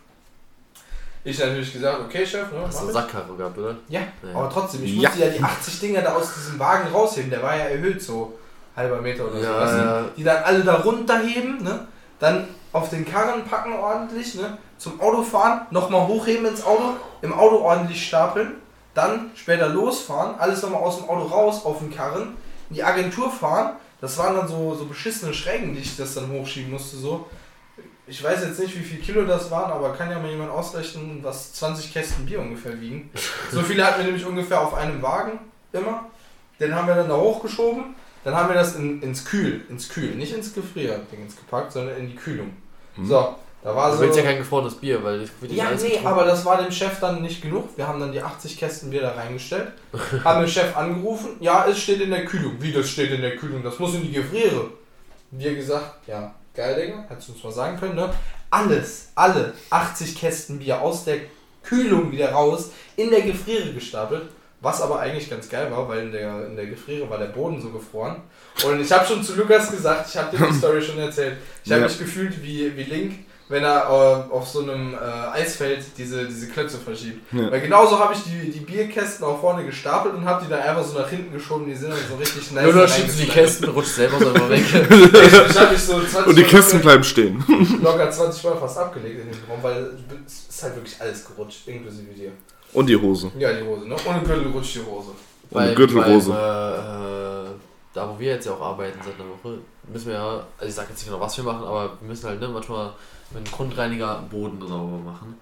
Ich natürlich gesagt, okay, Chef, ne? Hast du einen Sackkarre gehabt, oder? Ja, Ja. aber trotzdem, ich Ja. musste ja die achtzig Dinger da aus diesem Wagen rausheben, der war ja erhöht, so halber Meter oder so. Ja, weißt du? ja. Die dann alle da runterheben, ne? Dann auf den Karren packen ordentlich, ne? Zum Auto fahren, nochmal hochheben ins Auto, im Auto ordentlich stapeln, dann später losfahren, alles nochmal aus dem Auto raus auf den Karren, in die Agentur fahren. Das waren dann so, so beschissene Schrägen, die ich das dann hochschieben musste, so. Ich weiß jetzt nicht, wie viel Kilo das waren, aber kann ja mal jemand ausrechnen, was zwanzig Kästen Bier ungefähr wiegen. So viele hatten wir nämlich ungefähr auf einem Wagen, immer. Den haben wir dann da hochgeschoben, dann haben wir das in, ins Kühl, ins Kühl, nicht ins Gefrierdingens gepackt, sondern in die Kühlung. Mhm. So, da war Du so... willst ja kein gefrorenes Bier, weil das wird Ja, alles nee, getrunken. aber das war dem Chef dann nicht genug. Wir haben dann die achtzig Kästen Bier da reingestellt, haben den Chef angerufen, ja, es steht in der Kühlung. Wie, das steht in der Kühlung? Das muss in die Gefriere. Wir gesagt, ja, geil, Digga, hättest du uns mal sagen können, ne? Alles, alle achtzig Kästen Bier aus der Kühlung wieder raus, in der Gefriere gestapelt. Was aber eigentlich ganz geil war, weil in der, in der Gefriere war der Boden so gefroren. Und ich habe schon zu Lukas gesagt, ich habe dir die Story schon erzählt, ich habe Ja. mich gefühlt wie, wie Link, wenn er äh, auf so einem äh, Eisfeld diese, diese Klötze verschiebt. Ja. Weil genauso habe ich die, die Bierkästen auch vorne gestapelt und habe die da einfach so nach hinten geschoben, die sind dann so richtig nice. Nur noch schiebst du die reingeschneit. Kästen, rutscht selber so immer weg. Ich, ich habe mich so zwanzig Und die Mal Kisten locker- bleiben stehen. locker zwanzig Mal fast abgelegt in dem Raum, weil es ist halt wirklich alles gerutscht, inklusive dir. Und die Hose. Ja, die Hose, ne? Ohne Gürtel rutscht die Hose. Und eine Gürtelrose. Beim, äh, äh, da wo wir jetzt ja auch arbeiten seit einer Woche, müssen wir ja, also ich sag jetzt nicht genau, was wir machen, aber wir müssen halt ne, manchmal mit einem Grundreiniger Boden sauber machen.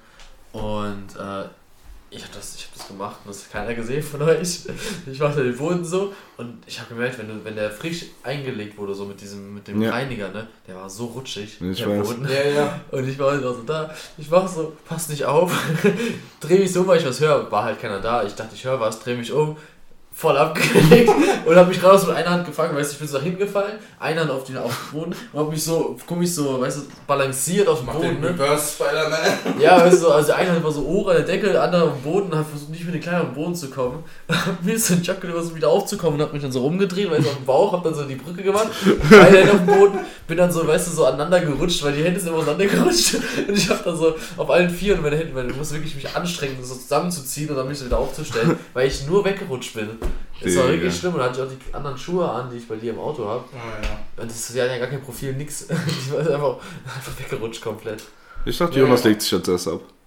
Und äh, ich habe das, ich hab das gemacht und das hat keiner gesehen von euch. Ich machte den Boden so und ich habe gemerkt, wenn, du, wenn der frisch eingelegt wurde, so mit diesem mit dem Ja. Reiniger, ne, der war so rutschig, Ich der weiß. Boden. Ja, ja. Und ich war halt auch so da, ich mach so, pass nicht auf, dreh mich so um, weil ich was höre, war halt keiner da, ich dachte, ich höre was, dreh mich um, voll abgelegt und hab mich gerade so mit einer Hand gefangen, weißt du, ich bin so nach hinten gefallen, eine Hand auf den, auf den Boden und hab mich so, guck mich so, weißt du, balanciert auf dem Mach Boden, den ne? Reverse Spider-Man. Ja, weißt du, so, also eine Hand war so Ohr an der Decke, der andere am Boden und hat versucht, nicht mit den Kleinen auf den Boden zu kommen. Hab mir so ein Job genommen, so wieder aufzukommen und hab mich dann so rumgedreht, weißt du, auf dem Bauch, hab dann so die Brücke gemacht, beide Hände auf dem Boden, bin dann so, weißt du, so aneinander gerutscht, weil die Hände sind immer auseinander gerutscht und ich hab dann so auf allen Vieren meine Hände, weil ich musste wirklich mich anstrengen, das so zusammenzuziehen und dann mich so wieder aufzustellen, weil ich nur weggerutscht bin. Das war Digga. wirklich schlimm und dann hatte ich auch die anderen Schuhe an, die ich bei dir im Auto habe. Oh, ja. Und das, die hatten ja gar kein Profil, nix. Ich war einfach, einfach weggerutscht komplett. Ich dachte, Ja, Jonas ja. legt sich jetzt erst ab.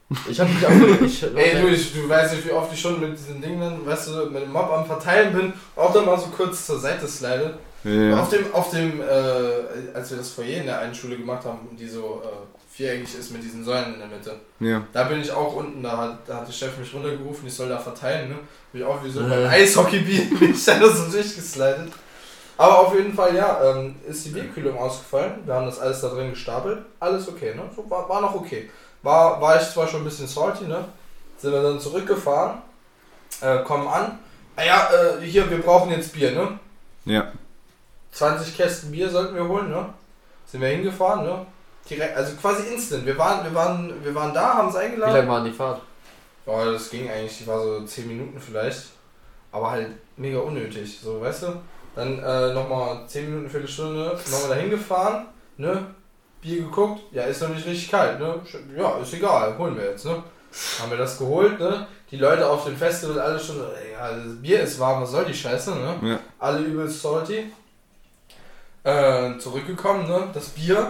Ich hab mich auch... Ich, Ey, du, ich, du weißt nicht, wie oft ich schon mit diesen Dingen, weißt du, mit dem Mob am Verteilen bin, auch dann mal so kurz zur Seite slide. Ja. Auf dem, auf dem, äh, als wir das Foyer in der einen Schule gemacht haben, die so äh, viereckig ist mit diesen Säulen in der Mitte. Ja. Da bin ich auch unten, da hat, da hat der Chef mich runtergerufen, ich soll da verteilen, ne? Bin ich auch wie so beim Eishockey-Beat, bin ich da so durchgeslidet. Aber auf jeden Fall, ja, ähm, ist die Bierkühlung ausgefallen. Wir haben das alles da drin gestapelt. Alles okay, ne? So, war, war noch okay. War, war ich zwar schon ein bisschen salty, ne? Sind wir dann zurückgefahren, äh, kommen an. Ah ja, äh, hier, wir brauchen jetzt Bier, ne? Ja. zwanzig Kästen Bier sollten wir holen, ne? Sind wir hingefahren, ne? Direkt, also quasi instant. Wir waren, wir waren, wir waren da, haben es eingeladen. Wie lange war die Fahrt? Oh, das ging eigentlich, die war so zehn Minuten vielleicht. Aber halt mega unnötig, so, weißt du? Dann äh, nochmal zehn Minuten, Viertelstunde, nochmal dahin gefahren, ne? Bier geguckt, ja, ist noch nicht richtig kalt, ne? Ja, ist egal, holen wir jetzt, ne? Haben wir das geholt, ne? Die Leute auf dem Festival alle schon, ja, das Bier ist warm, was soll die Scheiße, ne? Ja. Alle übelst salty. Äh, zurückgekommen, ne? Das Bier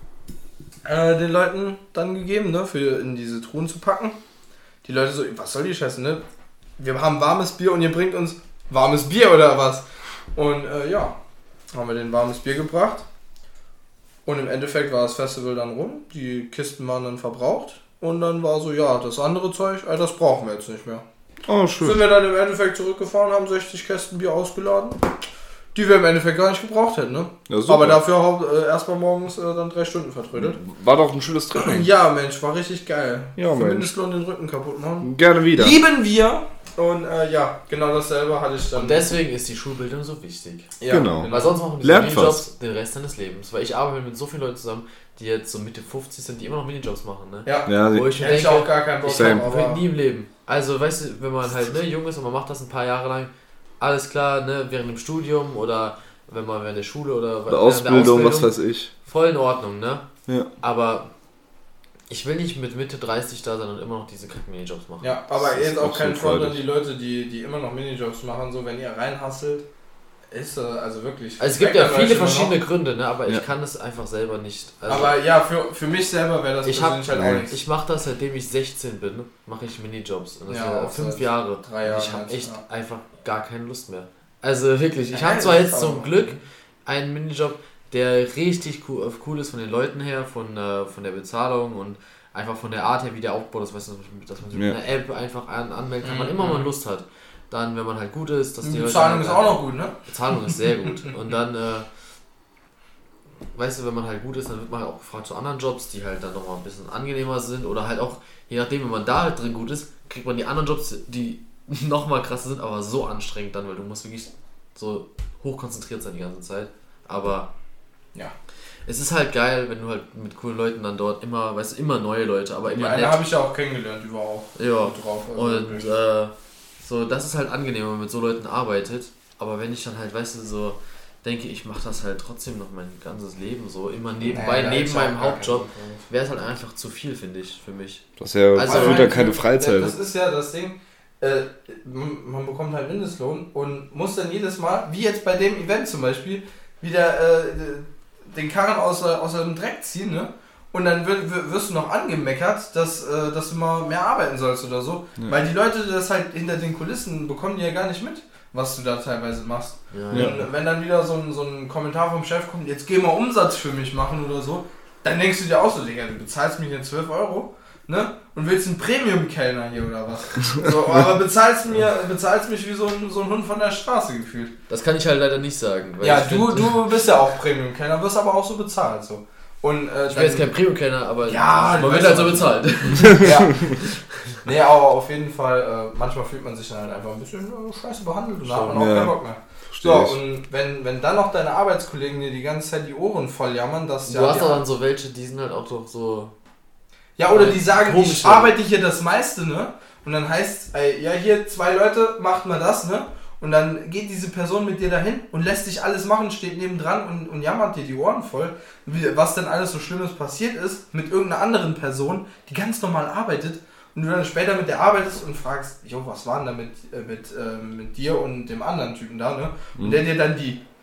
äh, den Leuten dann gegeben, ne? Für in diese Truhen zu packen. Die Leute so, was soll die Scheiße, ne? Wir haben warmes Bier und ihr bringt uns warmes Bier oder was? Und äh, ja, haben wir den warmes Bier gebracht. Und im Endeffekt war das Festival dann rum. Die Kisten waren dann verbraucht. Und dann war so, ja, das andere Zeug, äh, das brauchen wir jetzt nicht mehr. Oh, schön. Sind wir dann im Endeffekt zurückgefahren, haben sechzig Kästen Bier ausgeladen. Die wir im Endeffekt gar nicht gebraucht hätten, ne? Ja, super. Aber dafür äh, erstmal morgens äh, dann drei Stunden vertrödelt. War doch ein schönes Training. Ja, Mensch, war richtig geil. Ja, Für Mensch. Mindestlohn den Rücken kaputt machen. Gerne wieder. Lieben wir! Und äh, ja, genau dasselbe hatte ich dann. Und deswegen ist die Schulbildung so wichtig. ja, Genau. Weil sonst machen die Lernt Minijobs den Rest deines Lebens. Weil ich arbeite mit so vielen Leuten zusammen, die jetzt so Mitte fünfzig sind, die immer noch Minijobs machen, ne? Ja, Ja, Wo ich mir hätte ich denke, auch gar keinen Bock Same. drauf, wird aber nie im Leben. Also, weißt du, wenn man halt ne, jung ist und man macht das ein paar Jahre lang, alles klar, ne, während dem Studium oder wenn man während der Schule oder, Oder während Ausbildung, der was weiß ich. voll in Ordnung, ne? Ja. Aber ich will nicht mit Mitte dreißig da sein und immer noch diese Kack-Minijobs machen. ja, aber Das ist jetzt auch kein absolut Front an freudig. die Leute, die, die immer noch Minijobs machen, so wenn ihr reinhasselt, ist äh, also wirklich. Also es gibt ja Respekt an viele euch immer verschiedene noch. Gründe, ne? Aber Ja. ich kann es einfach selber nicht. Also Aber ja, für, für mich selber wäre das Ich hab- persönlich halt Nee. auch nichts. ich mache das, seitdem ich sechzehn bin, mache ich Minijobs. Und das Ja, sind auch fünf seit Jahre. drei Jahren Und ich habe jetzt, echt ja. einfach gar keine Lust mehr. Also wirklich, ich Ja, habe zwar das jetzt ist zum auch- Glück einen Minijob, der richtig cool, cool ist von den Leuten her, von, äh, von der Bezahlung und einfach von der Art her, wie der Aufbau ist, weißt du, dass man sich Ja. mit einer App einfach an, anmelden kann, wann Mhm. immer man Lust hat. Dann, wenn man halt gut ist, dass Die die Leute Bezahlung halt, ist auch noch gut, ne? Bezahlung ist sehr gut. Und dann, äh, weißt du, wenn man halt gut ist, dann wird man halt auch gefragt zu anderen Jobs, die halt dann nochmal ein bisschen angenehmer sind. Oder halt auch, je nachdem, wenn man da halt drin gut ist, kriegt man die anderen Jobs, die nochmal krasser sind, aber so anstrengend dann, weil du musst wirklich so hochkonzentriert sein die ganze Zeit. Aber Ja. es ist halt geil, wenn du halt mit coolen Leuten dann dort immer, weißt du, immer neue Leute, aber Die immer eine nett. habe ich ja auch kennengelernt, die war auch Ja. gut drauf. also Und wirklich. äh, so, das ist halt angenehm, wenn man mit so Leuten arbeitet. Aber wenn ich dann halt, weißt du, so denke, ich mache das halt trotzdem noch mein ganzes Leben so, immer nebenbei, Naja, da hätte neben ich auch meinem gar keinen Hauptjob, Bock drauf. wäre es halt einfach zu viel, finde ich, für mich. Das ist ja Also- gefühlt dann keine Ja, Freizeit. das ist ja das Ding, äh, man, man bekommt halt Mindestlohn und muss dann jedes Mal, wie jetzt bei dem Event zum Beispiel, wieder äh, den Karren aus, aus dem Dreck ziehen, ne? Und dann wird, wirst du noch angemeckert, dass, äh, dass du mal mehr arbeiten sollst oder so. Ja. Weil die Leute das halt hinter den Kulissen bekommen die ja gar nicht mit, was du da teilweise machst. Ja. Ja. Und wenn dann wieder so ein, so ein Kommentar vom Chef kommt, jetzt geh mal Umsatz für mich machen oder so, dann denkst du dir auch so, Digga, du bezahlst mich jetzt zwölf Euro, ne? Und willst einen Premium-Kellner hier oder was? So, aber bezahlst, mir, bezahlst mich wie so ein, so ein Hund von der Straße gefühlt. Das kann ich halt leider nicht sagen. Weil Ja, ich du, find, du bist ja auch Premium-Kellner, wirst aber auch so bezahlt. So. Und, äh, Ich bin jetzt kein Premium-Kellner, aber Ja, du man wird weißt halt so aber- bezahlt. Ja. Nee, aber auf jeden Fall, äh, manchmal fühlt man sich dann halt einfach ein bisschen äh, scheiße behandelt und da hat man auch Ja. keinen Bock mehr. So, Verstehe ich. und wenn, wenn dann noch deine Arbeitskollegen dir die ganze Zeit die Ohren voll jammern, dass Du ja. hast die- doch dann so welche, die sind halt auch doch so... Ja, oder die sagen, Komisch, ich ja. arbeite hier das meiste, ne? Und dann heißt ey, ja, hier zwei Leute, macht mal das, ne? Und dann geht diese Person mit dir dahin und lässt dich alles machen, steht nebendran und, und jammert dir die Ohren voll, wie, was denn alles so Schlimmes passiert ist mit irgendeiner anderen Person, die ganz normal arbeitet. Und du dann später mit der arbeitest und fragst, jo, was war denn da mit, äh, mit, äh, mit dir und dem anderen Typen da, ne? Und Mhm. der dir dann die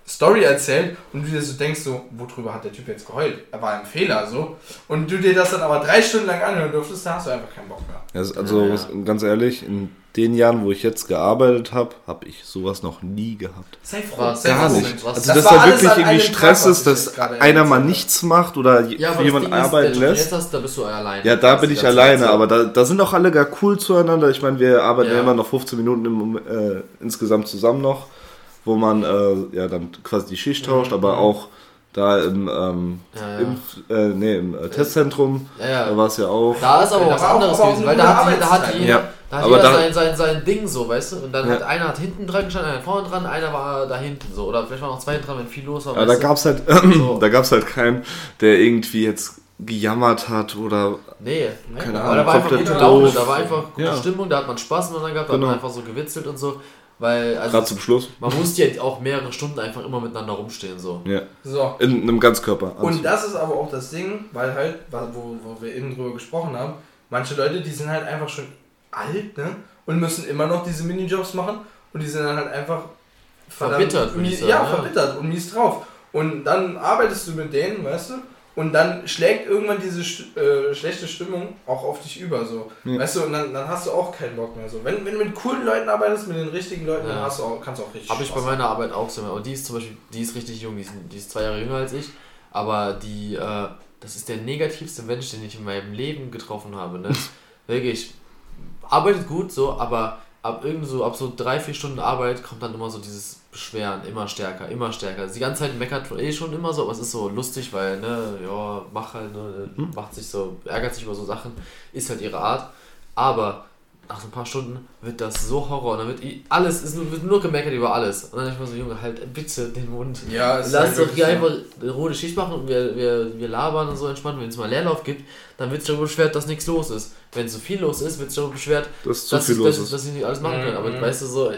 Story erzählt und du dir so denkst, so, worüber hat der Typ jetzt geheult? Er war ein Fehler, so. Und du dir das dann aber drei Stunden lang anhören durftest, da hast du einfach keinen Bock mehr. Also ja, ja. ganz ehrlich, in den Jahren, wo ich jetzt gearbeitet habe, habe ich sowas noch nie gehabt. Sei froh. Sei gar nicht. Also, das dass da wirklich irgendwie Stress ist, dass einer mal nichts macht oder ja, jemand arbeiten ist, lässt. Jetzt hast, da bist du alleine. Ja, da bin ich alleine, aber da, da sind auch alle gar cool zueinander. Ich meine, wir arbeiten ja, ja immer noch fünfzehn Minuten im, äh, insgesamt zusammen noch, wo man äh, ja dann quasi die Schicht tauscht, mhm. aber auch da im, ähm, ja, ja. im, äh, nee, im äh, Testzentrum, ja, ja. da war es ja auch. Da ist aber ja, was anderes gewesen, weil da hat, da hat jeder, ja. da hat aber jeder da, sein, sein, sein Ding so, weißt du? Und dann ja. hat einer hat hinten dran gestanden, einer vorne dran, einer war da hinten so. Oder vielleicht waren noch zwei dran, wenn viel los war. Aber da gab es halt, so. da gab's halt keinen, der irgendwie jetzt gejammert hat oder. Nee, keine nee. Ahnung. Da war einfach gute Laune, da war einfach gute ja. Stimmung, da hat man Spaß miteinander gehabt, da genau. hat man einfach so gewitzelt und so. Weil, also gerade zum Schluss. Man musste ja auch mehrere Stunden einfach immer miteinander rumstehen. So. Ja. So. In einem Ganzkörper. Und das ist aber auch das Ding, weil halt, wo, wo wir eben drüber gesprochen haben, manche Leute, die sind halt einfach schon alt, ne? Und müssen immer noch diese Minijobs machen und die sind dann halt einfach verbittert, mies, sagen, ja, ja, verbittert und mies drauf. Und dann arbeitest du mit denen, weißt du? Und dann schlägt irgendwann diese äh, schlechte Stimmung auch auf dich über, so. Ja. Weißt du, und dann, dann hast du auch keinen Bock mehr, so. Wenn, wenn du mit coolen Leuten arbeitest, mit den richtigen Leuten, ja. dann hast du auch, kannst du auch richtig Habe ich bei meiner Arbeit auch so. Und die ist zum Beispiel, die ist richtig jung, die ist, die ist zwei Jahre jünger als ich, aber die, äh, das ist der negativste Mensch, den ich in meinem Leben getroffen habe, ne? Wirklich, arbeitet gut, so, aber ab irgend so, ab so drei, vier Stunden Arbeit kommt dann immer so dieses Beschweren, immer stärker, immer stärker. Die ganze Zeit meckert eh schon immer so, aber es ist so lustig, weil, ne, ja, mach halt, ne, hm? macht sich so, ärgert sich über so Sachen, ist halt ihre Art, aber nach so ein paar Stunden wird das so Horror und dann wird alles, ist nur, wird nur gemeckert über alles. Und dann denke ich mir so, Junge, halt bitte den Mund. Ja, es Lass ist doch halt hier so. einfach eine rote Schicht machen und wir, wir, wir labern und so entspannt. Wenn es mal Leerlauf gibt, dann wird sich darüber beschwert, dass nichts los ist. Wenn zu viel los ist, wird sich darüber beschwert, dass, zu dass, viel dass, los dass, ist. dass sie nicht alles machen können. Aber Mhm. weißt du, so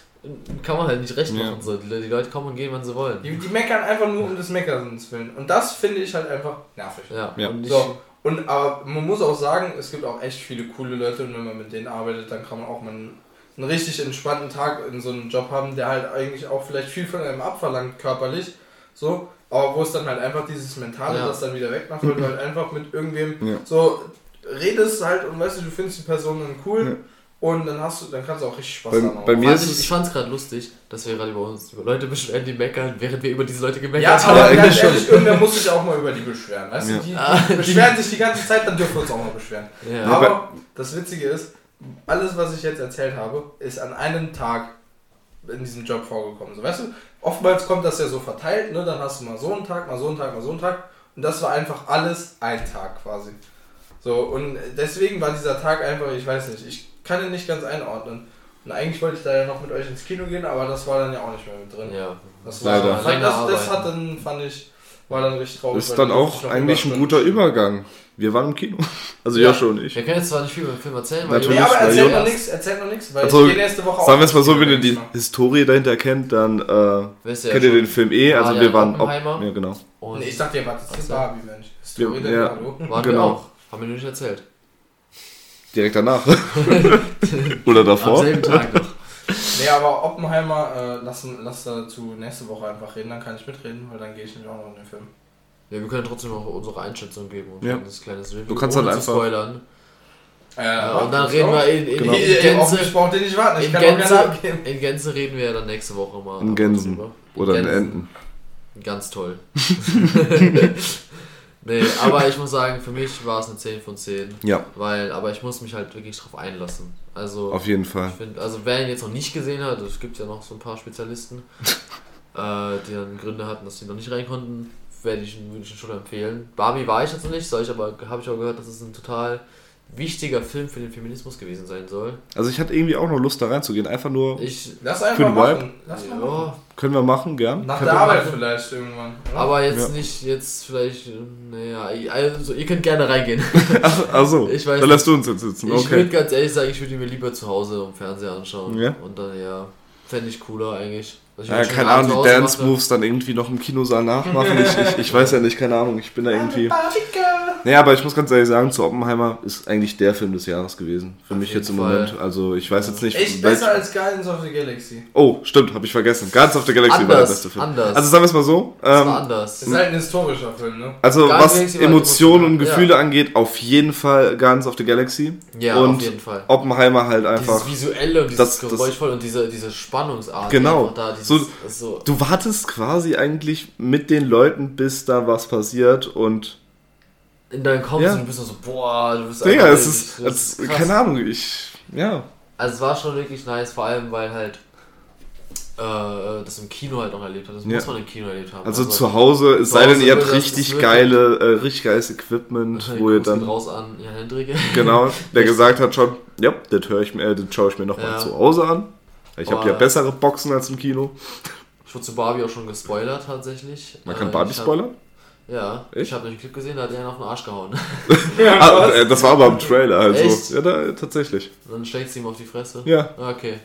kann man halt nicht recht machen. Ja. So. Die, die Leute kommen und gehen, wann sie wollen. Die, die meckern einfach nur um des Meckerns willen. Und das finde ich halt einfach nervig. Ja, Ja. Und ich, So, und aber man muss auch sagen, es gibt auch echt viele coole Leute und wenn man mit denen arbeitet, dann kann man auch mal einen, einen richtig entspannten Tag in so einem Job haben, der halt eigentlich auch vielleicht viel von einem abverlangt, körperlich, so, aber wo es dann halt einfach dieses Mentale, Ja. das dann wieder wegmacht, weil du halt einfach mit irgendwem Ja. so redest halt und weißt du, du findest die Person dann cool. Ja. Und dann hast du, dann kannst du auch richtig Spaß Bei- haben. bei mir fand ist ich, es- ich fand es gerade lustig, dass wir gerade über uns, über Leute beschweren, die meckern, während wir über diese Leute gemeckert Ja, haben. aber ganz eigentlich schon. ehrlich, irgendwer muss sich auch mal über die beschweren. Weißt Ja. du, die, Ah, die beschweren sich die ganze Zeit, dann dürfen wir uns auch mal beschweren. Ja. Aber das Witzige ist, alles, was ich jetzt erzählt habe, ist an einem Tag in diesem Job vorgekommen. So, weißt du, oftmals kommt das ja so verteilt, ne? Dann hast du mal so einen Tag, mal so einen Tag, mal so einen Tag. Und das war einfach alles ein Tag quasi. So, und deswegen war dieser Tag einfach, ich weiß nicht, ich kann ihn nicht ganz einordnen. Und eigentlich wollte ich da ja noch mit euch ins Kino gehen, aber das war dann ja auch nicht mehr mit drin. Ja. Das Leider. war, Länger das, das arbeiten. hat dann, fand ich, war dann richtig traurig. Das ist weil dann musste ich auch noch eigentlich ein Überstunden guter schieben. Übergang. Wir waren im Kino. Also Ja. Joshua und ich. Wir können jetzt zwar nicht viel über den Film erzählen, weil Natürlich, Nee, aber weil erzähl Jonas- noch nichts, erzähl noch nichts, weil Also, ich gehe nächste Woche auch. Sagen wir es mal so, ins wenn ihr Kino die nächstes Mal. Historie dahinter kennt, dann äh, Wisst ihr ja kennt ihr schon. den Film eh. Also War wir ja waren auch. Oppenheimer. Ja, genau. Und Nee, ich dachte, ihr wart jetzt Ach in so. Barbie, Mensch. Story Ja, denn, ja. hallo? waren Genau. wir auch. Haben wir nur nicht erzählt. Direkt danach. Oder Am davor. selben Tag noch. Nee, aber Oppenheimer, äh, lass, lass dazu nächste Woche einfach reden, dann kann ich mitreden, weil dann gehe ich nämlich auch noch in den Film. Ja, wir können trotzdem auch unsere Einschätzung geben und Ja. ein kleines Review. Du kannst ohne halt zu einfach- spoilern. Äh, Ja, warte, und dann let's reden go. wir in, in, Genau. in, Ich, auf Gänze. mich braucht ihr nicht warten, ich In kann auch gerne Gänze, abgeben. in Gänze reden wir ja dann nächste Woche mal. In Gänsen. drüber. Oder in Gänsen. Enten. Ganz toll. Nee, aber ich muss sagen, für mich war es eine zehn von zehn. Ja, Weil, aber ich muss mich halt wirklich drauf einlassen. Also, auf jeden Fall. ich find, also wer ihn jetzt noch nicht gesehen hat, es gibt ja noch so ein paar Spezialisten, äh, die dann Gründe hatten, dass sie noch nicht rein konnten, werde ich ihn, würde ich ihn schon empfehlen. Barbie war ich jetzt noch nicht, soll ich aber, habe ich auch gehört, dass es ein total wichtiger Film für den Feminismus gewesen sein soll. Also ich hatte irgendwie auch noch Lust da reinzugehen. Einfach nur, Ich, Lass Für einfach den Vibe? machen. Lass mal machen. ja, können wir machen, gern. Nach Könnt der ihr Arbeit machen. vielleicht irgendwann. oder? aber jetzt Ja. nicht, jetzt vielleicht, naja, also ihr könnt gerne reingehen. Ach, also, Ich weiß dann lässt du uns jetzt sitzen. Ich Okay. würde ganz ehrlich sagen, ich würde ihn mir lieber zu Hause am Fernseher anschauen. Ja? Und dann, ja, fände ich cooler eigentlich. Also ich Ja, würd schon keine abends Ahnung, zu die Hause Dance machen. Moves dann irgendwie noch im Kinosaal nachmachen. Ich, ich, ich weiß ja nicht, keine Ahnung. Ich bin da irgendwie. Barbie Girl. Naja, aber ich muss ganz ehrlich sagen, zu Oppenheimer ist eigentlich der Film des Jahres gewesen. Für Auf mich jeden jetzt im Fall. Moment. Also ich weiß jetzt nicht... Echt welch- besser als Guardians of the Galaxy. Oh, stimmt, habe ich vergessen. Guardians of the Galaxy war der Anders, beste Film. anders. Also sagen wir es mal so. Das Ähm, war anders. Das ist halt ein historischer Film, ne? also Guardians of was the Galaxy war Emotionen und emotional, Gefühle ja. angeht, auf jeden Fall Guardians of the Galaxy. Ja, und auf jeden Fall. Oppenheimer halt einfach... Dieses Visuelle und dieses das- das- Geräuschvoll und diese, diese Spannungsart. Genau. einfach Da, dieses, So- das ist so, Du wartest quasi eigentlich mit den Leuten, bis da was passiert und... in deinem Kopf Ja. so, du bist so, boah, du bist Ja, einfach es wirklich- ist... das Es, ist krass. keine Ahnung, ich... Ja. Also es war schon wirklich nice, vor allem weil halt äh, das im Kino halt noch erlebt hat. Das Ja. muss man im Kino erlebt haben. Also zu Hause, es sei denn, Hause ihr habt würde das- richtig das geile, äh, richtig geiles Equipment, wo ihr dann... raus an Jan Hendrik. Genau, der gesagt hat schon, ja, das höre ich mir, äh, das schaue ich mir nochmal Ja. zu Hause an. Ich habe Aber- ja bessere Boxen als im Kino. Ich wurde zu Barbie auch schon gespoilert tatsächlich. Man kann Äh, Barbie ich hab- spoilern? Ja, Echt? ich habe den Clip gesehen, da hat er einen auf den Arsch gehauen. Ah, äh, das war aber im Trailer, also. Echt? Ja, da, tatsächlich. Dann schlägt sie ihm auf die Fresse. Ja. Ah, okay.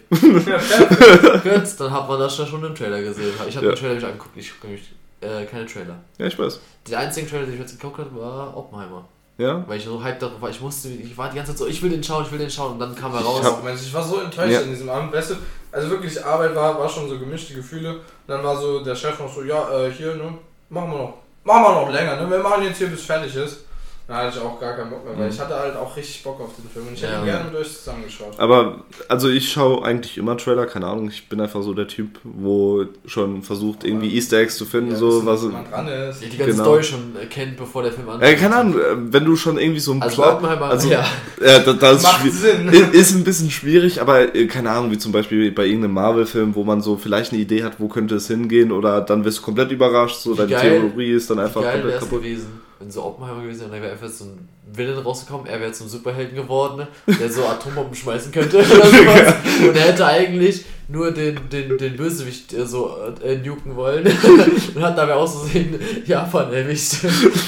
Gut, dann hat man das ja schon im Trailer gesehen. Ich habe Ja. den Trailer nicht angeguckt, ich gucke nämlich äh, keine Trailer. Ja, ich weiß. Der einzige Trailer, den ich jetzt geguckt habe, war Oppenheimer. Ja? Weil ich so hyped darauf war. Ich musste, ich war die ganze Zeit so, ich will den schauen, ich will den schauen. Und dann kam er raus. Auch, Mensch, ich war so enttäuscht Ja. in diesem Abend, weißt du, also wirklich, Arbeit war, war schon so gemischte Gefühle. Und dann war so der Chef noch so, ja, äh, hier, ne, machen wir noch, machen wir noch länger, ne, wir machen jetzt hier, bis fertig ist. Da hatte ich auch gar keinen Bock mehr, weil Mhm. ich hatte halt auch richtig Bock auf den Film und ich hätte Ja. ihn gerne mit euch zusammengeschaut. Aber, also ich schaue eigentlich immer Trailer, keine Ahnung. Ich bin einfach so der Typ, wo schon versucht, irgendwie Easter Eggs zu finden, Ja, so wissen, was. dass man dran ist. Die die ganze Genau. Story schon äh, kennt, bevor der Film anfängt. Äh, keine Ahnung, äh, wenn du schon irgendwie so ein Also Plot- Oppenheimer, also, ja. Ja, das, das ist, Macht schwi- Sinn. ist ein bisschen schwierig, aber äh, keine Ahnung, wie zum Beispiel bei irgendeinem Marvel-Film, wo man so vielleicht eine Idee hat, wo könnte es hingehen, oder dann wirst du komplett überrascht, so Wie deine geil- Theorie ist dann Wie einfach geil komplett wäre es kaputt. gewesen, wenn so Oppenheimer gewesen wäre und dann wäre einfach so ein Villain rausgekommen, er wäre zum Superhelden geworden, ne, der so Atombomben schmeißen könnte oder sowas. Und er hätte eigentlich nur den, den, den Bösewicht äh, so äh, nuken wollen und hat dabei aus Versehen Japan erwischt.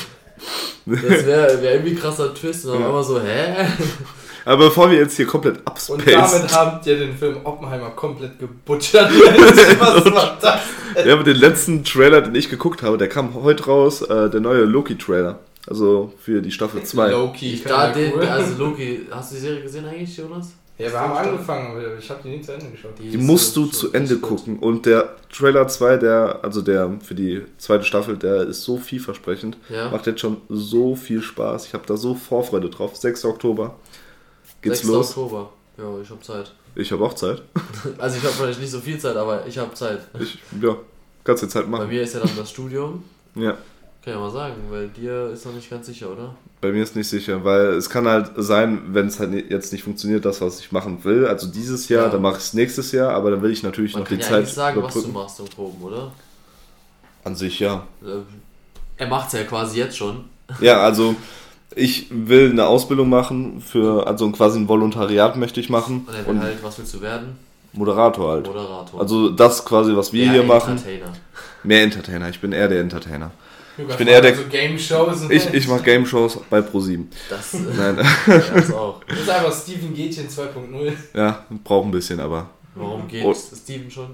Das wäre wär irgendwie ein krasser Twist und dann Ja. war immer so, hä? Aber bevor wir jetzt hier komplett Und abspacen, damit habt ihr den Film Oppenheimer komplett gebutschert. Was war das? ja, aber den letzten Trailer, den ich geguckt habe, der kam heute raus, äh, der neue Loki-Trailer. Also für die Staffel zwei. Loki, Ich, da den, cool. also Loki, hast du die Serie gesehen eigentlich, Jonas? Ja, wir haben angefangen, aber ich habe die nie zu Ende geschaut. Die musst du ist zu schon Ende echt gut. gucken. Und der Trailer zwei, der, also der für die zweite Staffel, der ist so vielversprechend. Ja. Macht jetzt schon so viel Spaß. Ich habe da so Vorfreude drauf. sechster Oktober geht's sechster los. Oktober. Ja, ich hab Zeit. Ich habe auch Zeit. Also ich habe vielleicht nicht so viel Zeit, aber ich habe Zeit. Ich, ja, kannst du Zeit Bei machen. mir ist ja dann das Studium. Ja, Kann ich mal sagen, weil dir ist noch nicht ganz sicher, oder? bei mir ist nicht sicher, weil es kann halt sein, wenn es halt jetzt nicht funktioniert, das, was ich machen will, also dieses Jahr, Ja. dann mache ich es nächstes Jahr, aber dann will ich natürlich Man noch kann die ja Zeit eigentlich sagen, was du überbrücken. machst im Proben, oder? An sich, ja. Äh, Er macht's ja quasi jetzt schon. Ja, also ich will eine Ausbildung machen für, also quasi ein Volontariat möchte ich machen Und er will und halt, was willst du werden? Moderator halt. Moderator. Also das quasi, was wir Der hier machen. Entertainer. Mehr Entertainer, ich bin eher der Entertainer. Ich bin eher der- so Game Shows. Ich, ich mache Game Shows bei ProSieben. Das, äh, Nein, ja, das auch. Das ist einfach Steven Gätchen zwei Punkt null. ja, braucht ein bisschen, aber. Warum geht Oh. Steven schon?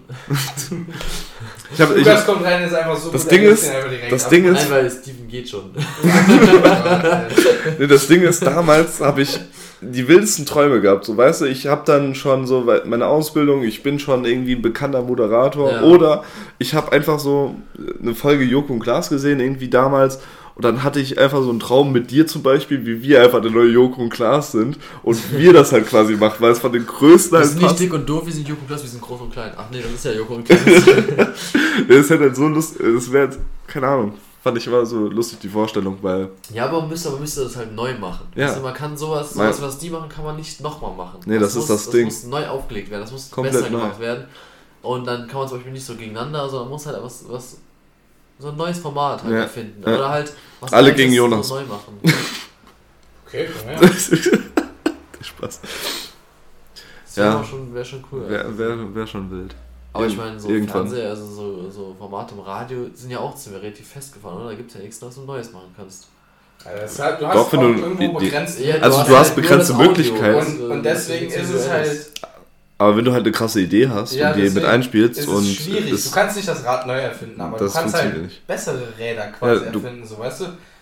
Ich hab, ich Lukas hab, kommt rein, ist einfach so Das gut, Ding er lässt ist- ihn einfach direkt das ab. Ding ist, Nein, weil Steven geht schon. nee, das Ding ist, damals habe ich die wildesten Träume gehabt. So, weißt du, ich habe dann schon so weil- meine Ausbildung, ich bin schon irgendwie ein bekannter Moderator Ja. oder ich habe einfach so eine Folge Joko und Klaas gesehen, irgendwie damals. Und dann hatte ich einfach so einen Traum mit dir zum Beispiel, wie wir einfach der neue Joko und Klaas sind und wir das halt quasi machen, weil es von den größten Wir halt sind nicht passt. dick und doof, wir sind Joko und Klaas, wir sind groß und klein. Ach nee, das ist ja Joko und Klaas. Das hätte halt so lustig, das wäre, keine Ahnung, fand ich immer so lustig die Vorstellung, weil, Ja, aber man müsste, man müsste das halt neu machen. Ja. Also man kann sowas, Mein- sowas, was die machen, kann man nicht nochmal machen. Nee, das ist muss, das das Ding. muss neu aufgelegt werden, das muss Komplett besser neu. gemacht werden. Und dann kann man zum Beispiel nicht so gegeneinander, sondern muss halt was, was so ein neues Format halt Ja. erfinden. Ja. Oder halt was Alle Altes gegen Jonas. so neu machen. Okay, komm her. Spaß. Das wäre Ja. schon, wär schon cool. Wäre wär, wär schon wild. Aber ich Irgend- meine, so irgendwann. Fernseher, also so, so Formate im Radio sind ja auch ziemlich relativ festgefahren, oder? Da gibt es ja nichts, was du Neues machen kannst. Also das hat, du hast Doch, wenn auch du- irgendwo die- begrenzt. Ja, Also du hast halt nur begrenzte das Audio, Möglichkeiten. was, und, äh, und deswegen was ist es visuell halt, Aber wenn du halt eine krasse Idee hast ja, und die mit deswegen einspielst ist es und schwierig. es- Du kannst nicht das Rad neu erfinden, aber Das du kannst funktioniert halt nicht. bessere Räder quasi Ja, du- erfinden, so weißt du.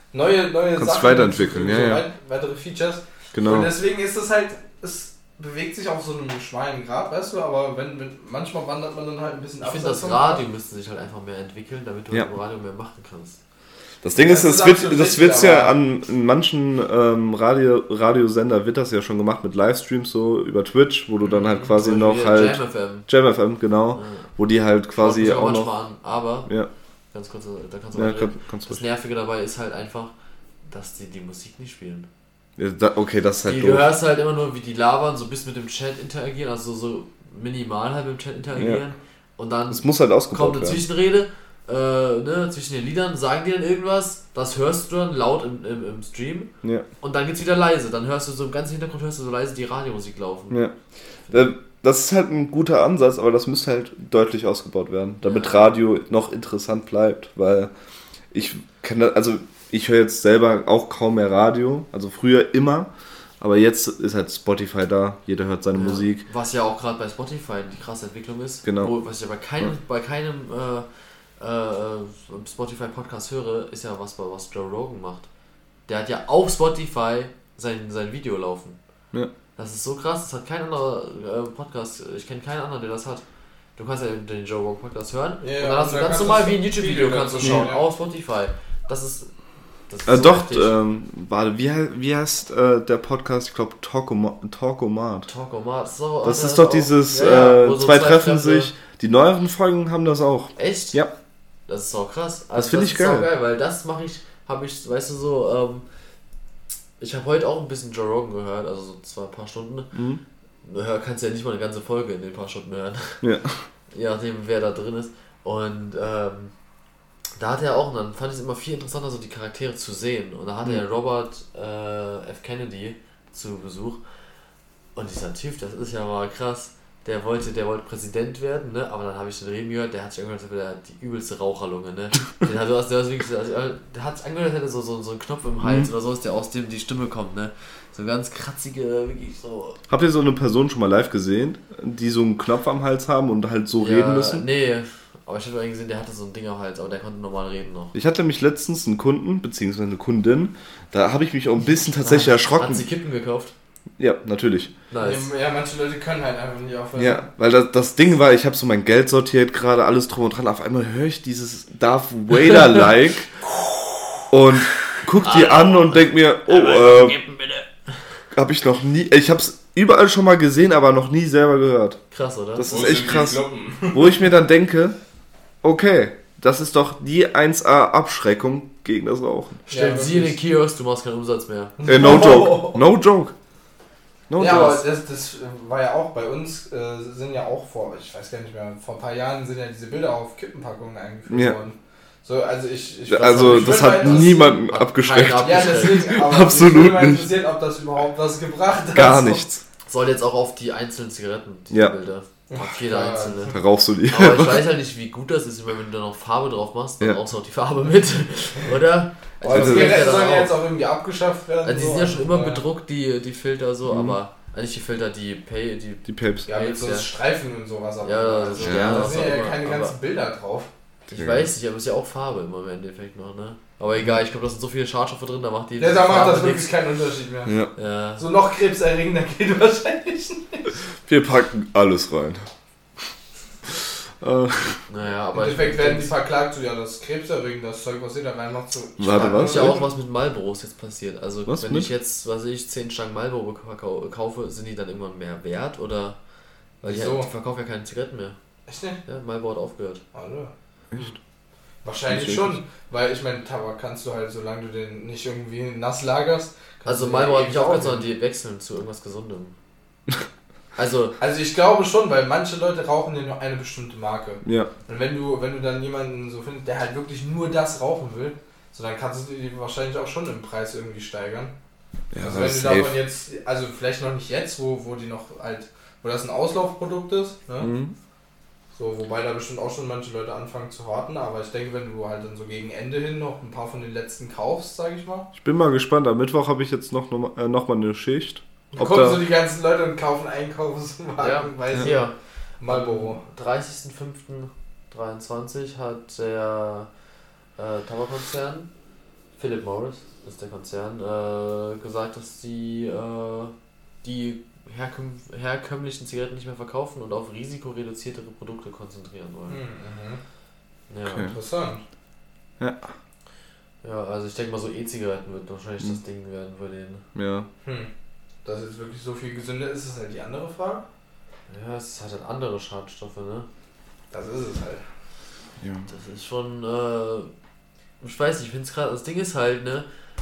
neue, neue Kannst Sachen weiterentwickeln, hinzufügen, ja, so ja. weit- weitere Features. Genau. Und deswegen ist es halt, es bewegt sich auf so einem schmalen Grad, weißt du, aber wenn, wenn manchmal wandert man dann halt ein bisschen Ich finde, das vom Radio müsste sich halt einfach mehr entwickeln, damit du Ja. im Radio mehr machen kannst. Das Ding Das ist, ist das wird absolut das richtig, wird's ja aber- an in manchen ähm, Radio, Radiosender wird das ja schon gemacht mit Livestreams so über Twitch, wo du dann halt quasi Zum noch Beispiel halt Jam F M. Jam F M, genau, Ja. wo die halt quasi Schaut mich auch noch manchmal an, aber ja, ganz kurz, da kannst du ja mal kann, reden. kannst Das du Nervige dabei ist halt einfach, dass die die Musik nicht spielen. ja, da, okay, das ist halt Die, doof. du hörst halt immer nur, wie die labern, so ein bisschen mit dem Chat interagieren, also so minimal halt mit dem Chat interagieren. Ja. Und dann Es muss halt ausgebaut kommt eine werden. Zwischenrede, äh, ne, zwischen den Liedern, sagen die dann irgendwas, das hörst du dann laut im, im, im Stream Ja, und dann geht's wieder leise. Dann hörst du so im ganzen Hintergrund hörst du so leise die Radiomusik laufen. ja. Äh, Das ist halt ein guter Ansatz, aber das müsste halt deutlich ausgebaut werden, damit Ja. Radio noch interessant bleibt, weil ich kenne, also ich höre jetzt selber auch kaum mehr Radio, also früher immer, aber jetzt ist halt Spotify da, jeder hört seine Ja. Musik. Was ja auch gerade bei Spotify die krasse Entwicklung ist. Genau. Wo, was ich ja bei keinem, Ja. bei keinem äh, äh, Spotify-Podcast höre, ist ja was, was Joe Rogan macht. Der hat ja auf Spotify sein, sein Video laufen. Ja. Das ist so krass, das hat kein anderer äh, Podcast, ich kenne keinen anderen, der das hat. Du kannst ja den Joe Rogan Podcast hören Ja, und dann hast und du dann ganz kannst normal du wie ein YouTube-Video Video kannst du dazu schauen, schauen, ja. auf Spotify. Das ist, das ist Äh, so doch, heftig. ähm, warte, wie, hei- wie heißt äh, der Podcast? Ich glaube Talkomat. Talkomat. Talkomat, so, Das hat ist er doch auch- dieses, ja, ja, äh, wo so zwei treffen Fremde- sich. Die neueren Folgen haben das auch. Echt? Ja. Das ist auch krass. Das finde ich ist geil. auch geil, weil das mache ich, habe ich, weißt du so, ähm, ich habe heute auch ein bisschen Joe Rogan gehört, also so zwei paar Stunden. Mhm. Du hör- kannst ja nicht mal eine ganze Folge in den paar Stunden hören. Ja. Je nachdem, wer da drin ist. Und ähm, da hat er auch, und dann fand ich es immer viel interessanter, so die Charaktere zu sehen. Und da hatte Mhm. er Robert äh, F. Kennedy zu Besuch. Und dieser Typ, das ist ja mal krass. Der wollte, der wollte Präsident werden, ne? Aber dann habe ich den reden gehört, der hat sich angehört, als wäre der die übelste Raucherlunge, ne? Den hat, der, hat wirklich, also, der hat sich angehört, als hätte so, so, so einen Knopf im Hals Mhm. oder so, ist der aus dem die Stimme kommt, ne? So ganz kratzige, wirklich so. Habt ihr so eine Person schon mal live gesehen, die so einen Knopf am Hals haben und halt so reden müssen? Nee, aber ich habe einen gesehen, der hatte so ein Ding am Hals, aber der konnte normal reden noch. Ich hatte mich letztens einen Kunden, beziehungsweise eine Kundin, da habe ich mich auch ein bisschen tatsächlich Hat sie erschrocken. Kippen gekauft? Ja, natürlich. Nice. Ja, manche Leute können halt einfach nicht aufhören. Ja, weil das, das Ding war, ich habe so mein Geld sortiert, gerade alles drum und dran. Auf einmal höre ich dieses Darth Vader-like und guck die an und denk mir, oh, äh, habe ich noch nie, ich habe es überall schon mal gesehen, aber noch nie selber gehört. Krass, oder? Das Wo ist sind echt die krass. Glocken? Wo ich mir dann denke, okay, das ist doch die eins A Abschreckung gegen das Rauchen. Stellen Ja, Sie in den wirklich. Kiosk, du machst keinen Umsatz mehr. Äh, no joke, no joke. No Ja, aber joke. das, das war ja auch bei uns, äh, sind ja auch vor, ich weiß gar nicht mehr, vor ein paar Jahren sind ja diese Bilder auf Kippenpackungen eingeführt Ja. worden. So, also ich, ich Also, ich das würd hat mal niemanden Hat abgeschreckt. keinen Ja, abgeschreckt. deswegen, aber Absolut mich würde mal nicht. interessieren, ob das überhaupt was gebracht hat. Gar So. nichts. Soll jetzt auch auf die einzelnen Zigaretten, die Ja. Bilder. Auf jeder Ja, einzelne. Da rauchst du die. Aber ich weiß halt nicht, wie gut das ist, weil wenn du da noch Farbe drauf machst, dann Ja. rauchst du auch die Farbe mit. Oder? Aber das die geht ja dann sollen ja auch. jetzt auch irgendwie abgeschafft werden. Also die so. sind ja schon immer Ja. bedruckt, die, die Filter so, Mhm. aber eigentlich die Filter, die Pay, die Die Papes. Ja, mit so Ja. Streifen und sowas. Aber Ja, also, so Sterne, da was sind auch ja immer, keine aber- ganzen Bilder drauf. Ich Ja. weiß nicht, aber es ist ja auch Farbe immer im Endeffekt noch, ne? Aber egal, ich glaube, da sind so viele Schadstoffe drin, da macht die Ja, da macht Farbe das wirklich nichts. keinen Unterschied mehr. Ja. Ja. So noch krebserregender geht wahrscheinlich nicht. Wir packen alles rein. äh, Naja, Im aber Endeffekt werden die verklagt, so ja, das ist krebserregend, das Zeug, was ihr da reinmacht. So, Warte, was? ist ja auch was mit Marlboros jetzt passiert. Also Was wenn mit? ich jetzt, was weiß ich, zehn Stangen Marlboro kau- kaufe, sind die dann irgendwann mehr wert oder? Weil die, Wieso? die verkaufen ja keine Zigaretten mehr. Echt nicht? Ja, Marlboro hat aufgehört. Hallo. Echt? Wahrscheinlich Nicht schon, weil ich meine, Tabak kannst du halt, solange du den nicht irgendwie nass lagerst. kannst Also du Marlboro den hat nicht ewig aufgehört, aufheben. sondern die wechseln zu irgendwas Gesundem. Also, Also ich glaube schon, weil manche Leute rauchen ja nur eine bestimmte Marke. ja. Und wenn du, wenn du dann jemanden so findest, der halt wirklich nur das rauchen will, so dann kannst du die wahrscheinlich auch schon im Preis irgendwie steigern. Ja, also wenn du safe. davon jetzt, also vielleicht noch nicht jetzt, wo, wo die noch halt, wo das ein Auslaufprodukt ist, ne? Mhm. So, wobei da bestimmt auch schon manche Leute anfangen zu horten, aber ich denke, wenn du halt dann so gegen Ende hin noch ein paar von den letzten kaufst, sag ich mal, Ich bin mal gespannt. Am Mittwoch habe ich jetzt noch, noch, äh, noch mal eine Schicht. dann Ob kommen da- so die ganzen Leute und kaufen Einkaufswagen, ja, weil sie hier. Marlboro. Am dreißigsten fünften dreiundzwanzig hat der äh, Tabakkonzern Philip Morris ist der Konzern, äh, gesagt, dass die äh, die herkömm- herkömmlichen Zigaretten nicht mehr verkaufen und auf risikoreduziertere Produkte konzentrieren wollen. Mhm. Ja. Okay. Interessant. Ja. Ja, also ich denke mal, so E-Zigaretten wird wahrscheinlich Mhm. das Ding werden bei denen. Ja. Hm. Dass jetzt wirklich so viel gesünder ist, ist halt die andere Frage. Ja, es hat halt andere Schadstoffe, ne? Das ist es halt. Ja. Das ist schon, äh, ich weiß nicht, ich finde es gerade, das Ding ist halt, ne,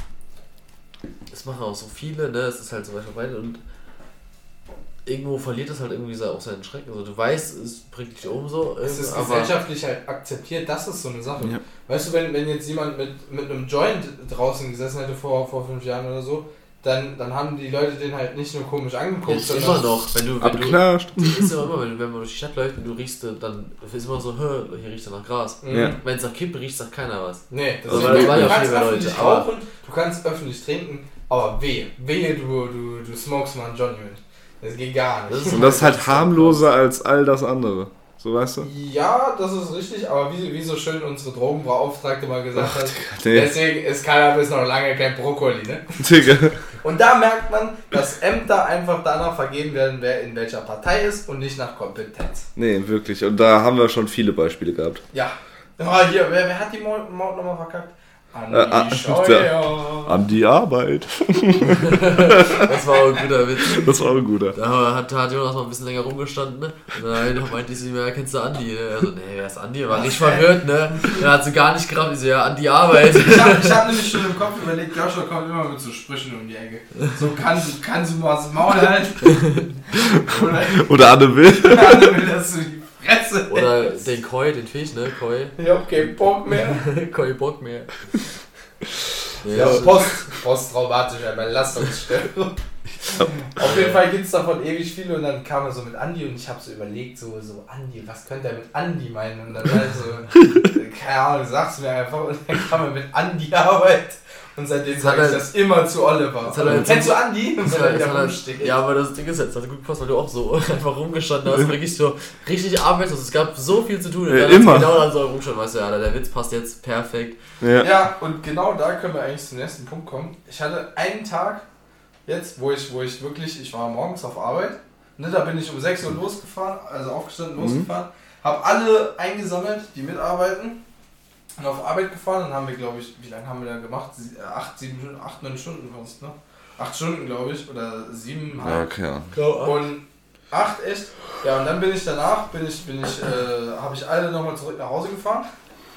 es machen auch so viele, ne, es ist halt so weit verbreitet und irgendwo verliert es halt irgendwie so auch seinen Schrecken. Also du weißt, es bringt dich um so, Es ist aber gesellschaftlich halt akzeptiert, das ist so eine Sache. Ja. Weißt du, wenn, wenn jetzt jemand mit, mit einem Joint draußen gesessen hätte vor, vor fünf Jahren oder so, dann, dann haben die Leute den halt nicht nur komisch angeguckt, jetzt immer noch, wenn du, wenn du, Abknascht. ist ja immer, wenn, wenn man durch die Stadt läuft und du riechst, dann ist immer so, hör, hier riecht es nach Gras. Mhm. Ja. Wenn es nach Kippe riecht, sagt keiner was. Nee, das Also, ist weil du, das war ja du kannst viel mehr öffentlich Leute, aber- rauchen, du kannst öffentlich trinken, aber wehe, wehe du, du, du smokest mal einen Joint. Das geht gar nicht. Das ist- Und das ist halt harmloser als all das andere. So, weißt du? Ja, das ist richtig, aber wie, wie so schön unsere Drogenbeauftragte mal gesagt hat, Nee, deswegen ist Cannabis noch lange kein Brokkoli, ne? Digga. Und da merkt man, dass Ämter einfach danach vergeben werden, wer in welcher Partei ist und nicht nach Kompetenz. Nee, wirklich. Und da haben wir schon viele Beispiele gehabt. Ja. Oh, hier, wer, wer hat die Maut Maut nochmal verkackt? Andi Äh, ah, Scheuer. An die Arbeit. Das war auch ein guter Witz. Das war ein guter. Da hat, hat Jonas noch ein bisschen länger rumgestanden, ne? Und dann meinte ich so, ja, kennst du Andi? Ne? Also, nee, wer ist Andi? War nicht verwirrt, ne? Dann hat sie gar nicht gerafft, ich so, ja, Andi Arbeit. Ich habe ich hab nämlich schon im Kopf überlegt, Joshua kommt immer mit so Sprüchen um die Ecke. So, kannst du kannst du mal das Maul halten? Oder Oder Anne Will. Anne will, dass du die Fresse Oder hältst. den Koi, den Fisch, ne? Koi. Ich hab keinen Bock mehr. Koi Bock mehr. Nee, Ja, das- Post, posttraumatische Belastungsstörung. Auf jeden Fall gibt es davon ewig viele und dann kam er so mit Andi und ich habe so überlegt, so, so Andi, was könnte er mit Andi meinen? Und dann war ich so, keine Ahnung, sag's mir einfach und dann kam er mit Andi Arbeit und seitdem Das sage hat ich er- das immer zu Oliver. das hat er jetzt- Kennst du Andi? Und Das wenn war, er das wieder war, rumsteht. ja, aber das Ding ist jetzt, das hat gut gepasst, weil du auch so einfach rumgestanden hast, wirklich so richtig arbeitslos. Es gab so viel zu tun. Und Ja, dann immer. hast du genau dann so rumgestanden, weißt du, ja, der Witz passt jetzt perfekt. Ja. Ja, und genau da können wir eigentlich zum nächsten Punkt kommen. Ich hatte einen Tag jetzt, wo ich, wo ich wirklich, ich war morgens auf Arbeit, ne, da bin ich um sechs Uhr losgefahren, also aufgestanden, Mhm. losgefahren, habe alle eingesammelt, die mitarbeiten und auf Arbeit gefahren. Dann haben wir, glaube ich, wie lange haben wir da gemacht? Sie- äh, Acht, sieben, Stunden, acht, neun Stunden fast, ne? Acht Stunden, glaube ich, oder sieben, Ja, halb. okay. Und acht, echt? Ja, und dann bin ich danach, bin ich, bin ich, äh, habe ich alle nochmal zurück nach Hause gefahren.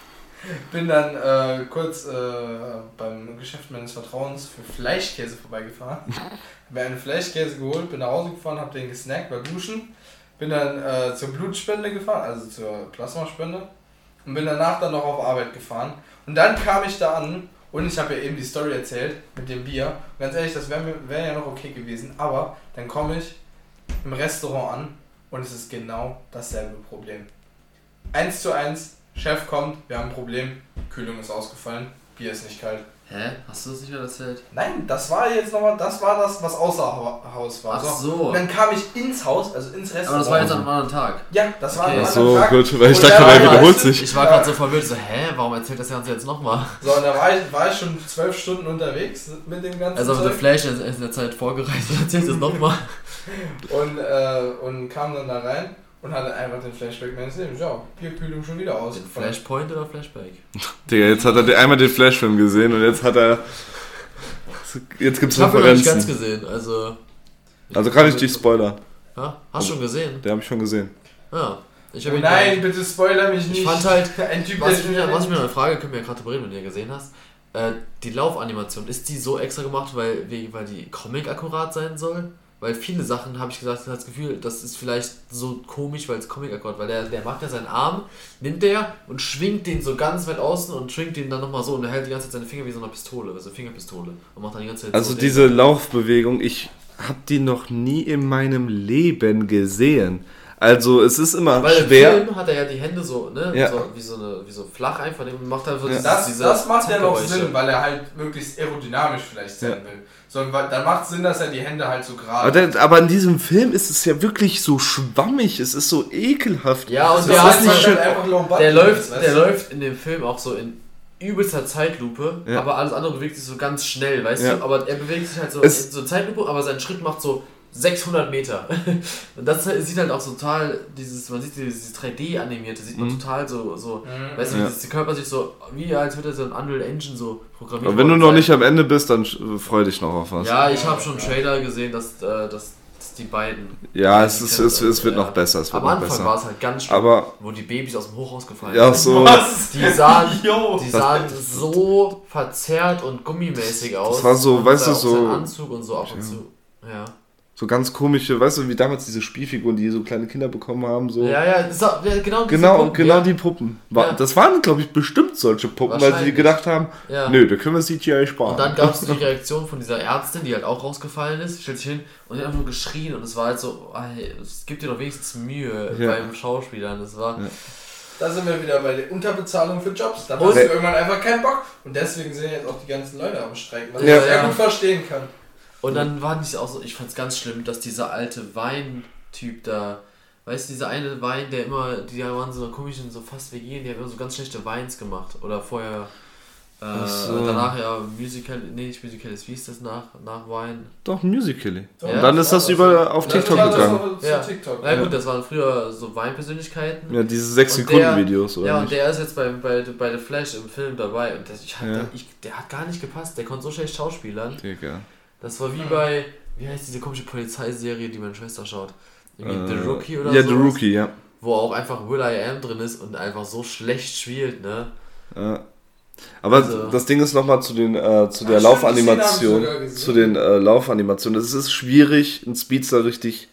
Bin dann äh, kurz äh, beim Geschäft meines Vertrauens für Fleischkäse vorbeigefahren. Hab mir einen Fleischkäse geholt, bin nach Hause gefahren, hab den gesnackt, war duschen. Bin dann äh, zur Blutspende gefahren, also zur Plasmaspende. Und bin danach dann noch auf Arbeit gefahren. Und dann kam ich da an und ich habe ja eben die Story erzählt mit dem Bier. Und ganz ehrlich, das wäre wär ja noch okay gewesen. Aber dann komme ich im Restaurant an und es ist genau dasselbe Problem. Eins zu eins, Chef kommt, wir haben ein Problem, Kühlung ist ausgefallen, Bier ist nicht kalt. Hä? Hast du das nicht mehr erzählt? Nein, das war jetzt nochmal, das war das, was außer Hau- Haus war. Ach so. Und dann kam ich ins Haus, also ins Restaurant. Aber das war jetzt am anderen Tag. Ja, das war Okay. am Ach anderen so, Tag. gut, weil ich Und dachte, da er war- wiederholt sich. Ich war Ja. gerade so verwirrt, so, hä, warum erzählt das Ganze jetzt nochmal? So, und da war ich, war ich schon zwölf Stunden unterwegs mit dem ganzen Also, der Zeug. Flash ist in der Zeit vorgereist und erzählt es nochmal. Und, äh, und kam dann da rein und hatte einfach den Flashback meines Lebens. Ja, Bierkühlung schon wieder aus. Flashpoint oder Flashback? Digga, jetzt hat er einmal den Flashfilm gesehen und jetzt hat er. Jetzt gibt's Ich habe ihn noch nicht ganz Referenzen. gesehen, also. Also kann ich dich spoilern. Ja? Hast du schon gesehen? Der habe ich schon gesehen. Ja. Ich Oh hab ihn nein, bitte spoiler mich nicht. Ich fand halt, ein Typ, Was der ich, mir, was ich mir noch eine Frage, können wir ja gerade drüber reden, wenn du ja gesehen hast. Äh, die Laufanimation, ist die so extra gemacht, weil, wie- weil die Comic akkurat sein soll? Weil viele Sachen, habe ich gesagt, das Gefühl, das ist vielleicht so komisch, weil es Comic akkurat, weil der, der macht ja seinen Arm, nimmt der und schwingt den so ganz weit außen und schwingt den dann nochmal so und er hält die ganze Zeit seine Finger wie so eine Pistole, also Fingerpistole und macht dann die ganze Zeit Also so diese den- Laufbewegung, ich habe die noch nie in meinem Leben gesehen. Also es ist immer Weil schwer. im Film hat er ja die Hände so, ne, Ja. so, wie, so eine, wie so flach einfach und macht halt so Ja. dieses, Das, diese das macht ja noch Zuckgeräusche. Sinn, weil er halt möglichst aerodynamisch vielleicht sein Ja. will. So, weil, dann macht es Sinn, dass er die Hände halt so gerade Aber, der, aber in diesem Film ist es ja wirklich so schwammig, es ist so ekelhaft. Ja, und Das der ist hat nicht halt schön einfach low budget Der ist, läuft, weißt der du? läuft in dem Film auch so in übelster Zeitlupe, Ja. aber alles andere bewegt sich so ganz schnell, weißt Ja. du? Aber er bewegt sich halt so Es- in so Zeitlupe, aber sein Schritt macht so sechshundert Meter. Und das sieht halt auch so total, dieses, man sieht dieses drei D-animierte, sieht man Mhm. total so, so Mhm. weißt du, Ja. wie das, der Körper sich so, wie als würde er so ein Unreal Engine so programmiert. Aber wenn du worden noch sein. nicht am Ende bist, dann sch- freu dich noch auf was. Ja, ich habe schon einen Trailer gesehen, dass, äh, dass, dass die beiden... Ja, die es, ist, kennen, es, es wird ja. noch besser. Es wird Am noch Anfang besser. war es halt ganz schlimm, Aber wo die Babys aus dem Hochhaus gefallen ja, sind. so. Was? Die sahen, Yo. die sahen so verzerrt und gummimäßig aus. Das war so, Und weißt du, auch so- sein Anzug und so ab und Ja. zu. Ja. So ganz komische, weißt du, wie damals diese Spielfiguren, die so kleine Kinder bekommen haben, so. Ja, ja, das war, ja, genau diese Genau, Puppen, genau ja. die Puppen. War, Ja. Das waren, glaube ich, bestimmt solche Puppen, weil sie Wahrscheinlich. gedacht haben, Ja. nö, da können wir C G I sparen. Und dann gab es die Reaktion von dieser Ärztin, die halt auch rausgefallen ist, stellt sich hin und die hat einfach nur geschrien und es war halt so, ey, es gibt dir doch wenigstens Mühe Ja. beim Schauspielern. Das war. Ja. Da sind wir wieder bei der Unterbezahlung für Jobs. Da Und- hast du irgendwann einfach keinen Bock. Und deswegen sind jetzt auch die ganzen Leute am Streiken, was Ja. ich sehr Ja. gut verstehen kann. Und dann war nicht auch so, ich fand's ganz schlimm, dass dieser alte Weintyp da, weißt du, dieser eine Wein, der immer, die waren so komischen, so fast vegan, die haben immer so ganz schlechte Weins gemacht. Oder vorher, äh, Ach so. danach ja Musical, nee, nicht Musical, wie hieß das nach, nach Wein? Doch, Musical.ly. So, Ja. Und dann ist das war über auf Das TikTok war das gegangen. noch zu Ja. TikTok. Na gut, das waren früher so Weinpersönlichkeiten. Ja, diese sechs Und Sekunden der- Videos, oder Ja, und nicht? der ist jetzt bei, bei, bei The Flash im Film dabei und das, ich hab, Ja. ich, der hat gar nicht gepasst, der konnte so schlecht schauspielern. Digga. Das war wie Hm. bei, wie heißt diese komische Polizeiserie, die meine Schwester schaut? Irgendwie Äh, The Rookie oder Ja, so. The Rookie, ja. Wo auch einfach Will I Am drin ist und einfach so schlecht spielt, ne? Ja. Aber Also- das Ding ist nochmal zu den äh, zu der Ach, stimmt, die Szene hab ich Laufanimation, sogar gesehen. zu den äh, Laufanimationen. Es ist schwierig, einen Speedster richtig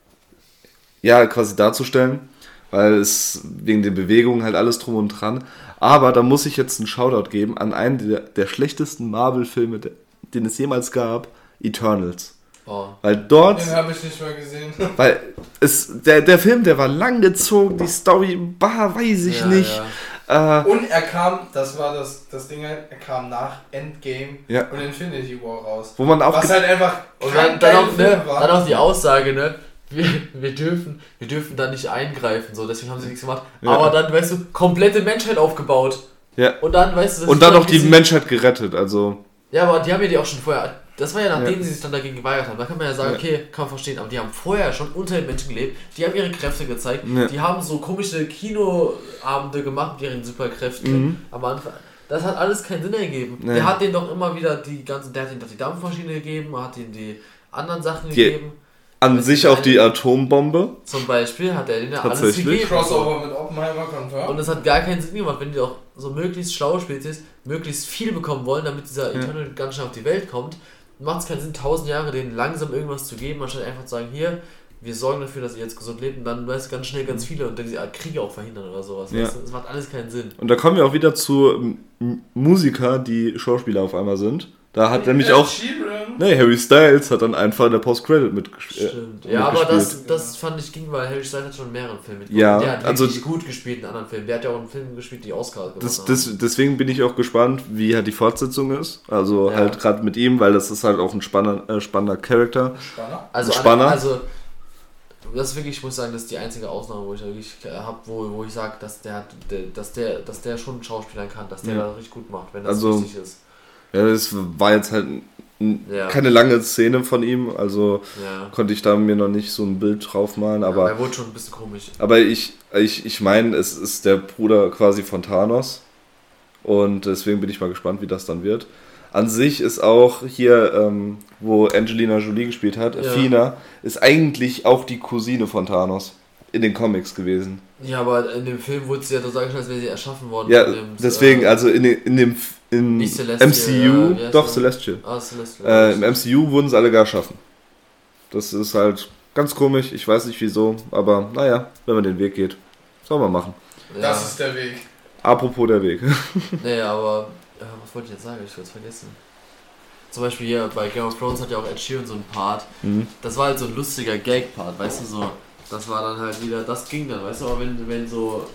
ja quasi darzustellen, weil es wegen den Bewegungen halt alles drum und dran. Aber da muss ich jetzt einen Shoutout geben an einen der, der schlechtesten Marvel-Filme, der- den es jemals gab, Eternals. Oh. Weil dort, Den habe ich nicht mal gesehen. weil es der, der Film, der war lang gezogen, die Story, bah, weiß ich Ja, nicht. ja. Äh, Und er kam, das war das, das Ding halt, er kam nach Endgame Ja. und Infinity War raus. wo man auch Was ge- halt einfach Und kein dann, dann, auch, geiler ne, Film war. dann auch die Aussage, ne? Wir, wir, dürfen, wir dürfen da nicht eingreifen, so, deswegen haben sie nichts gemacht. Ja. Aber dann, weißt du, komplette Menschheit aufgebaut. ja. Und dann, weißt du, das Und ist dann so noch die diese- Menschheit gerettet, also Ja, aber die haben ja die auch schon vorher. Das war ja nachdem Ja. sie sich dann dagegen geweigert haben. Da kann man ja sagen, Ja. okay, kann man verstehen. Aber die haben vorher schon unter den Menschen gelebt. Die haben ihre Kräfte gezeigt. Ja. Die haben so komische Kinoabende gemacht mit ihren Superkräften Mhm. am Anfang. Das hat alles keinen Sinn ergeben. Nee. Der hat denen doch immer wieder die ganzen, der hat ihnen doch die Dampfmaschine gegeben, hat ihnen die anderen Sachen Die- gegeben. an Das sich ist auch eine- die Atombombe. Zum Beispiel hat er denen ja alles Tatsächlich? gegeben. Crossover mit Oppenheimer confirmed. Und es hat gar keinen Sinn gemacht, wenn die auch so möglichst schlaue Spezies möglichst viel bekommen wollen, damit dieser Ja. Eternal ganz schnell auf die Welt kommt, macht es keinen Sinn, tausend Jahre denen langsam irgendwas zu geben, anstatt einfach zu sagen, hier, wir sorgen dafür, dass ihr jetzt gesund lebt und dann weißt du ganz schnell ganz viele und dann diese Art Kriege auch verhindern oder sowas. Ja. Weißt du? Das macht alles keinen Sinn. Und da kommen wir auch wieder zu ähm, M- Musiker, die Schauspieler auf einmal sind. Da hat nämlich Ed auch, Sheeran. nee, Harry Styles hat dann einfach in der Post-Credit mitgespielt. Stimmt. Ja, aber das, das fand ich ging, weil Harry Styles hat schon in mehreren Filmen mitgemacht. Ja, Der hat also- wirklich gut gespielt in anderen Filmen. Der hat ja auch in Filmen gespielt, die Oscar gewonnen Das, haben. das, deswegen bin ich auch gespannt, wie halt die Fortsetzung ist. Also Ja. halt gerade mit ihm, weil das ist halt auch ein spannender, äh, spannender Charakter. Spanner. Also, Ein Spanner. also das ist wirklich, ich muss sagen, das ist die einzige Ausnahme, wo ich wirklich habe, wo, wo ich sage, dass der, hat- der, dass der, dass der schon Schauspielern kann, dass der Ja. das richtig gut macht, wenn das Also- wichtig ist. Ja, das war jetzt halt n- Ja. keine lange Szene von ihm, also Ja. konnte ich da mir noch nicht so ein Bild drauf malen, Aber aber er wurde schon ein bisschen komisch. Aber ich, ich, ich meine, es ist der Bruder quasi von Thanos. Und deswegen bin ich mal gespannt, wie das dann wird. An sich ist auch hier, ähm, wo Angelina Jolie gespielt hat, Ja. Athena, ist eigentlich auch die Cousine von Thanos in den Comics gewesen. Ja, aber in dem Film wurde sie ja so dargestellt, als wäre sie erschaffen worden. Ja, von dem, deswegen, äh, also in, den- in dem F- in Nicht Celestial, M C U, ja, wie heißt doch der? Celestial. Ah, Celestial. Äh, Im M C U wurden sie alle gar erschaffen. Das ist halt ganz komisch, ich weiß nicht wieso, aber naja, wenn man den Weg geht, soll man machen. ja. Das ist der Weg. Apropos der Weg. Nee, aber äh, was wollte ich jetzt sagen? Ich hab's vergessen. Zum Beispiel hier bei Game of Thrones hat ja auch Ed Sheeran so einen Part. Mhm. Das war halt so ein lustiger Gag-Part, weißt du, so. Das war dann halt wieder, das ging dann, weißt du, aber wenn, wenn so,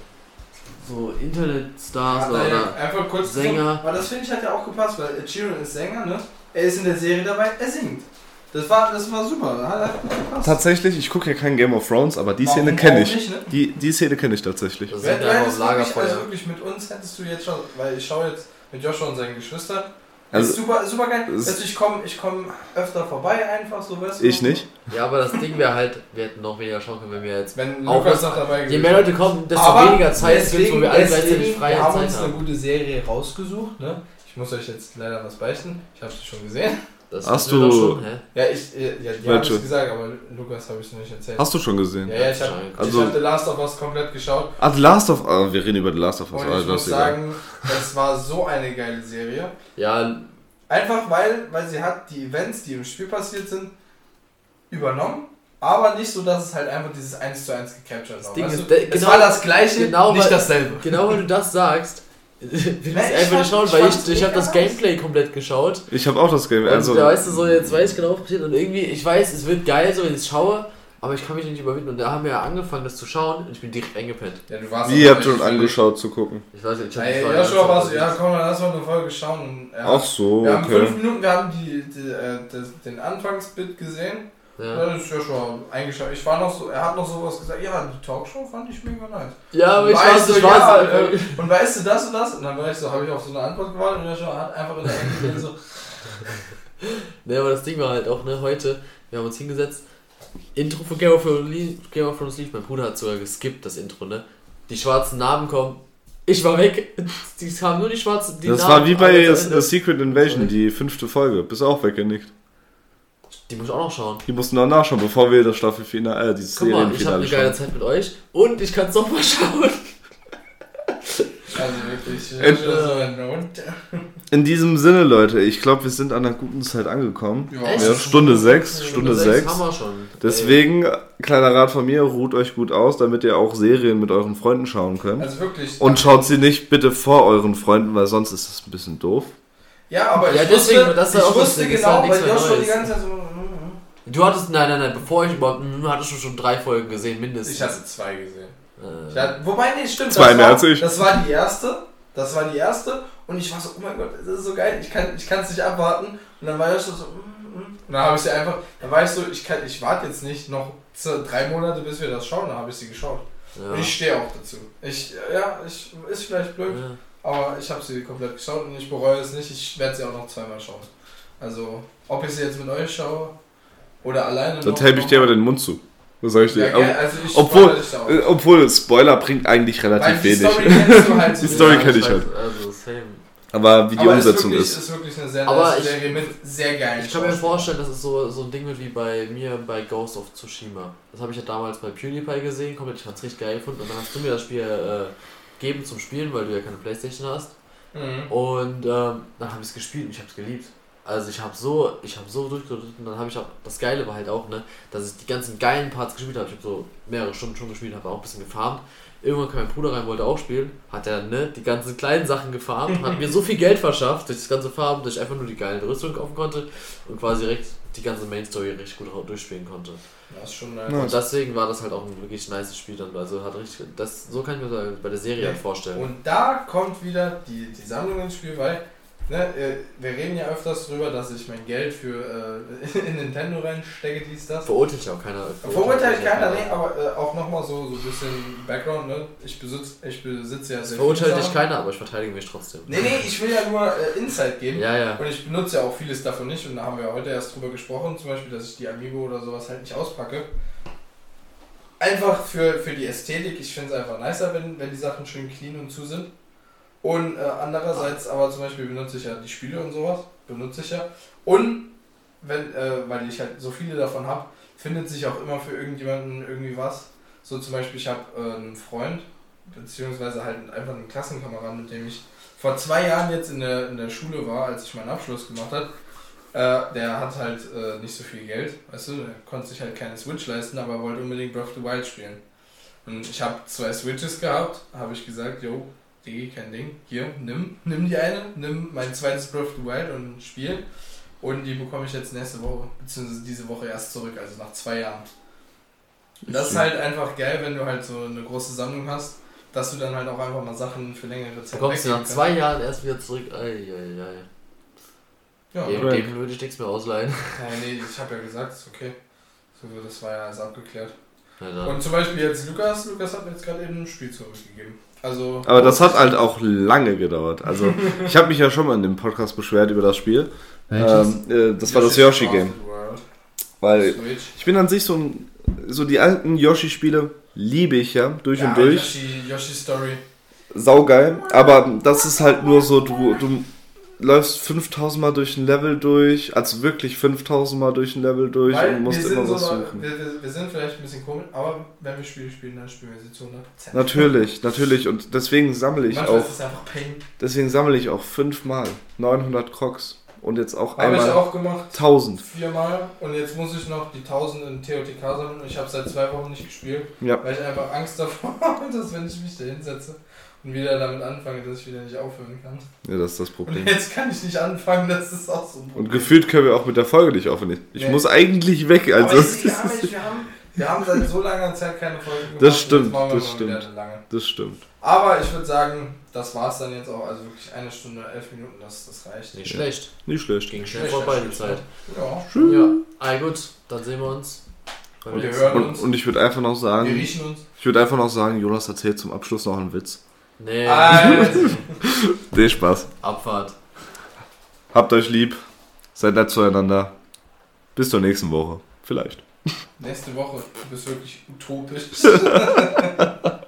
so Internetstars Ja, oder, nein, oder einfach kurz Sänger. Zum, aber das finde ich hat ja auch gepasst, weil Ed Sheeran ist Sänger, ne? Er ist in der Serie dabei, er singt. Das war, das war super, hat hat gut gepasst. Tatsächlich, ich gucke ja kein Game of Thrones, aber die Warum Szene kenne auch ich. nicht, ne? Die, die Szene kenne ich tatsächlich. das Wer, sind du einfach hättest am wirklich, Lagerfeuer. also wirklich mit uns hättest du jetzt schon, weil ich schaue jetzt mit Joshua und seinen Geschwistern. Also, ist super, super geil. Also ich komme ich komm öfter vorbei einfach, so weißt du. Ich nicht. Ja, aber das Ding wäre halt, wir hätten noch weniger schauen können, wenn wir jetzt... Wenn auch Lukas was, noch dabei gewesen. Je mehr Leute kommen, desto aber weniger Zeit deswegen, gibt, wo wir alle deswegen, gleichzeitig freie wir haben Zeit uns haben. eine gute Serie rausgesucht, ne? Ich muss euch jetzt leider was beichten. Ich habe sie schon gesehen. Das Hast wissen wir du- doch schon, hä? Ja, ich, äh, ja, die habe ich gesagt, aber Lukas habe ich noch nicht erzählt. Hast du schon gesehen? Ja, ja, ich habe Also- hab The Last of Us komplett geschaut. Ah, The Last of Us. Ah, wir reden über The Last of Us. Und Ah, ich das muss ist egal. sagen, es war so eine geile Serie. Ja, Einfach weil, weil sie hat die Events, die im Spiel passiert sind, übernommen. Aber nicht so, dass es halt einfach dieses eins zu eins gecaptured war. Ding weißt ist, du? de- es genau- war das gleiche, genau, nicht weil- dasselbe. genau weil du das sagst, will ich Nein, ich einfach fand- nicht schauen, ich weil fand's ich, ich habe mega das nice. Gameplay komplett geschaut. Ich habe auch das Game. Und Also, da weißt du so, jetzt weiß ich genau, was passiert. Und irgendwie, ich weiß, es wird geil, so wenn ich es schaue, aber ich kann mich nicht überwinden. Und da haben wir ja angefangen, das zu schauen und ich bin direkt eingepennt. Ja, du warst wie aber habt ihr nicht schon völlig- angeschaut zu gucken? Ich weiß nicht, ich hab Ey, die Folge Joshua angeschaut, war so, aber ja ich- komm, dann lass mal eine Folge schauen. Und er Ach so, wir haben okay. fünf Minuten, wir haben die, die, äh, das, den Anfangsbit gesehen. Ja. Dann ist Joshua eingeschaut. Ich war noch so, er hat noch sowas gesagt, ja, die Talkshow fand ich mega nice. Ja, aber Und ich weißt weiß, du, ich ja, weiß. äh, und weißt du das und das? Und dann war ich so, habe ich auf so eine Antwort gewartet und Joshua hat einfach in der Ecke so, Ne, aber das Ding war halt auch, ne, heute, wir haben uns hingesetzt, Intro von Game of Thrones lief, Game of Thrones lief, mein Bruder hat sogar geskippt, das Intro, ne? Die schwarzen Namen kommen, ich war weg, die haben nur die schwarzen, die Das Namen, war wie bei alles am Ende. The Secret Invasion, die fünfte Folge. Bist auch weggenickt. Die muss ich auch noch schauen. Die mussten noch nachschauen, bevor wir das Staffelfinale, äh, dieses Guck mal, ich habe Serienfinale eine geile schauen. Zeit mit euch und ich kann es noch mal schauen. also wirklich, Äh, Joshua so ein Not. In diesem Sinne, Leute, ich glaube, wir sind an einer guten Zeit angekommen. Echt? Ja, Stunde sechs, Stunde sechs. haben wir schon. Deswegen, kleiner Rat von mir, ruht euch gut aus, damit ihr auch Serien mit euren Freunden schauen könnt. Also wirklich. Und schaut sie nicht bitte vor euren Freunden, weil sonst ist es ein bisschen doof. Ja, aber Ja, ich deswegen, wusste, das ist ich auch wusste lustig, ist genau, halt nichts weil mehr Joshua die Neues. ganze Zeit so, mm, mm. Du hattest, nein, nein, nein, bevor ich überhaupt, hm, hattest du schon drei Folgen gesehen, mindestens. Ich hatte zwei gesehen. Äh, Ich hatte, wobei, nee, stimmt. Zwei das mehr war, als ich. Das war die erste. Das war die erste. Und ich war so, oh mein Gott, das ist so geil. Ich kann es ich nicht abwarten. Und dann war ich so, mm, mm. Und dann habe ich sie einfach, dann war ich so, ich, kann, ich warte jetzt nicht noch z- drei Monate, bis wir das schauen. Dann habe ich sie geschaut. ja. Und ich stehe auch dazu. Ich, ja, ich, ist vielleicht blöd. Ja. Aber ich habe sie komplett geschaut und ich bereue es nicht. Ich werde sie auch noch zweimal schauen. Also, ob ich sie jetzt mit euch schaue oder alleine. Dann tape ich dir aber den Mund zu. Das sag ich dir. Ja, gell, also ich obwohl, spoilere dich da auch. äh, obwohl, Spoiler bringt eigentlich Weil relativ die wenig. Story kennst du halt so. Die Story Ja, kenn ich weiß, halt. Also, same. Aber wie die Aber Umsetzung ist. Wirklich, ist. ist wirklich eine sehr Aber nice ich- Serie mit sehr geilen Ich kann mir Schauspielern. vorstellen, dass es so, so ein Ding wird wie bei mir bei Ghost of Tsushima. Das habe ich ja damals bei PewDiePie gesehen, komplett, ich fand's richtig geil gefunden. Und dann hast du mir das Spiel äh, gegeben zum Spielen, weil du ja keine Playstation hast. Mhm. Und ähm, dann habe ich es gespielt und ich habe es geliebt. Also ich habe so, ich habe so durchgedrückt und dann habe ich auch, das Geile war halt auch, ne, dass ich die ganzen geilen Parts gespielt habe. Ich habe so mehrere Stunden schon gespielt, habe auch ein bisschen gefarmt. Irgendwann kam mein Bruder rein, wollte auch spielen, hat er, ne, die ganzen kleinen Sachen gefarmt, hat mir so viel Geld verschafft durch das ganze Farben, dass ich einfach nur die geile Rüstung kaufen konnte und quasi direkt die ganze Main Story richtig gut durchspielen konnte. Das ist schon nice. Ja. Und deswegen war das halt auch ein wirklich nice Spiel dann, also hat richtig, das, so kann ich mir das bei der Serie Ja. halt vorstellen. Und da kommt wieder die, die Sammlung ins Spiel, weil ne, äh, wir reden ja öfters drüber, dass ich mein Geld für äh, in Nintendo reinstecke, dies, das. Verurteilt ja auch keiner. Verurteilt keiner, nee, aber äh, auch nochmal so, so ein bisschen Background, ne? Ich besitze, ich besitze ja sehr Verurteilt viele dich Sachen. keiner, aber ich verteidige mich trotzdem. Nee, nee, ich will ja nur äh, Insight geben. Ja, ja. Und ich benutze ja auch vieles davon nicht und da haben wir ja heute erst drüber gesprochen, zum Beispiel, dass ich die Amiibo oder sowas halt nicht auspacke. Einfach für, für die Ästhetik, ich finde es einfach nicer, wenn, wenn die Sachen schön clean und zu sind. Und äh, andererseits aber zum Beispiel benutze ich ja die Spiele und sowas, benutze ich ja. Und wenn, äh, weil ich halt so viele davon habe, findet sich auch immer für irgendjemanden irgendwie was. So zum Beispiel, ich habe äh, einen Freund, beziehungsweise halt einfach einen Klassenkameraden, mit dem ich vor zwei Jahren jetzt in der, in der Schule war, als ich meinen Abschluss gemacht habe. Äh, der hat halt äh, nicht so viel Geld, weißt du, der konnte sich halt keine Switch leisten, aber wollte unbedingt Breath of the Wild spielen. Und ich habe zwei Switches gehabt, habe ich gesagt, jo, Digi, kein Ding, hier, nimm, nimm die eine, nimm mein zweites Breath of the Wild und spiel. Und die bekomme ich jetzt nächste Woche, beziehungsweise diese Woche erst zurück, also nach zwei Jahren. Und das ist halt einfach geil, wenn du halt so eine große Sammlung hast, dass du dann halt auch einfach mal Sachen für längere Zeit Du kommst weggeben nach kannst. zwei Jahren erst wieder zurück. Eieiei. Ja, Dem, Right. dem würde ich nichts mehr ausleihen. ja, nee, ich habe ja gesagt, ist okay. So, das war ja alles abgeklärt. Ja, dann. Und zum Beispiel jetzt Lukas, Lukas hat mir jetzt gerade eben ein Spiel zurückgegeben. Also, Aber das hat halt auch lange gedauert. Also, ich habe mich ja schon mal in dem Podcast beschwert über das Spiel. Ähm, äh, das war das Yoshi-Game. Weil Switch. ich bin an sich so ein. So die alten Yoshi-Spiele liebe ich ja, durch Ja, und durch. Yoshi, Yoshi Story. Saugeil. Aber das ist halt nur so, du, du läufst fünftausend Mal durch ein Level durch. Also wirklich fünftausend Mal durch ein Level durch Weil und musst wir immer sind was so, suchen. wir, wir, wir sind vielleicht ein bisschen komisch, aber wenn wir Spiele spielen, dann spielen wir sie zu hundert Prozent. Natürlich, natürlich. Und deswegen sammle ich Manchmal auch. ist es einfach Pain. Deswegen sammle ich auch fünfmal neunhundert Crocs. Und jetzt auch Habe ich einmal auch gemacht. tausend. Viermal. Und jetzt muss ich noch die tausend in T O T K sammeln. Ich habe seit zwei Wochen nicht gespielt, Ja. weil ich einfach Angst davor habe, dass wenn ich mich da hinsetze und wieder damit anfange, dass ich wieder nicht aufhören kann. Ja, das ist das Und Problem. jetzt kann ich nicht anfangen, das ist auch so ein Problem. Und gefühlt können wir auch mit der Folge nicht aufnehmen. Ich Nee. muss eigentlich weg. Also Aber ich, wir, haben, nicht- wir, haben, wir haben seit so langer Zeit keine Folge gemacht. Das stimmt, Jetzt machen wir das mal stimmt. wieder eine lange. das stimmt. Aber ich würde sagen, das war es dann jetzt auch. Also wirklich eine Stunde, elf Minuten, das, das reicht. Nicht Ja. schlecht. Nicht schlecht. Ging schnell Schlecht, vorbei die schlecht, Zeit. Ja. Ja, ah, gut, dann sehen wir uns. beim Und wir nächsten hören Mal. Und, uns. und ich würde einfach noch Wir sagen, riechen uns. ich würde einfach noch sagen, Jonas erzählt zum Abschluss noch einen Witz. Nee, Also, Nee, Spaß. Abfahrt. Habt euch lieb. Seid nett zueinander. Bis zur nächsten Woche. Vielleicht. nächste Woche, du bist wirklich utopisch.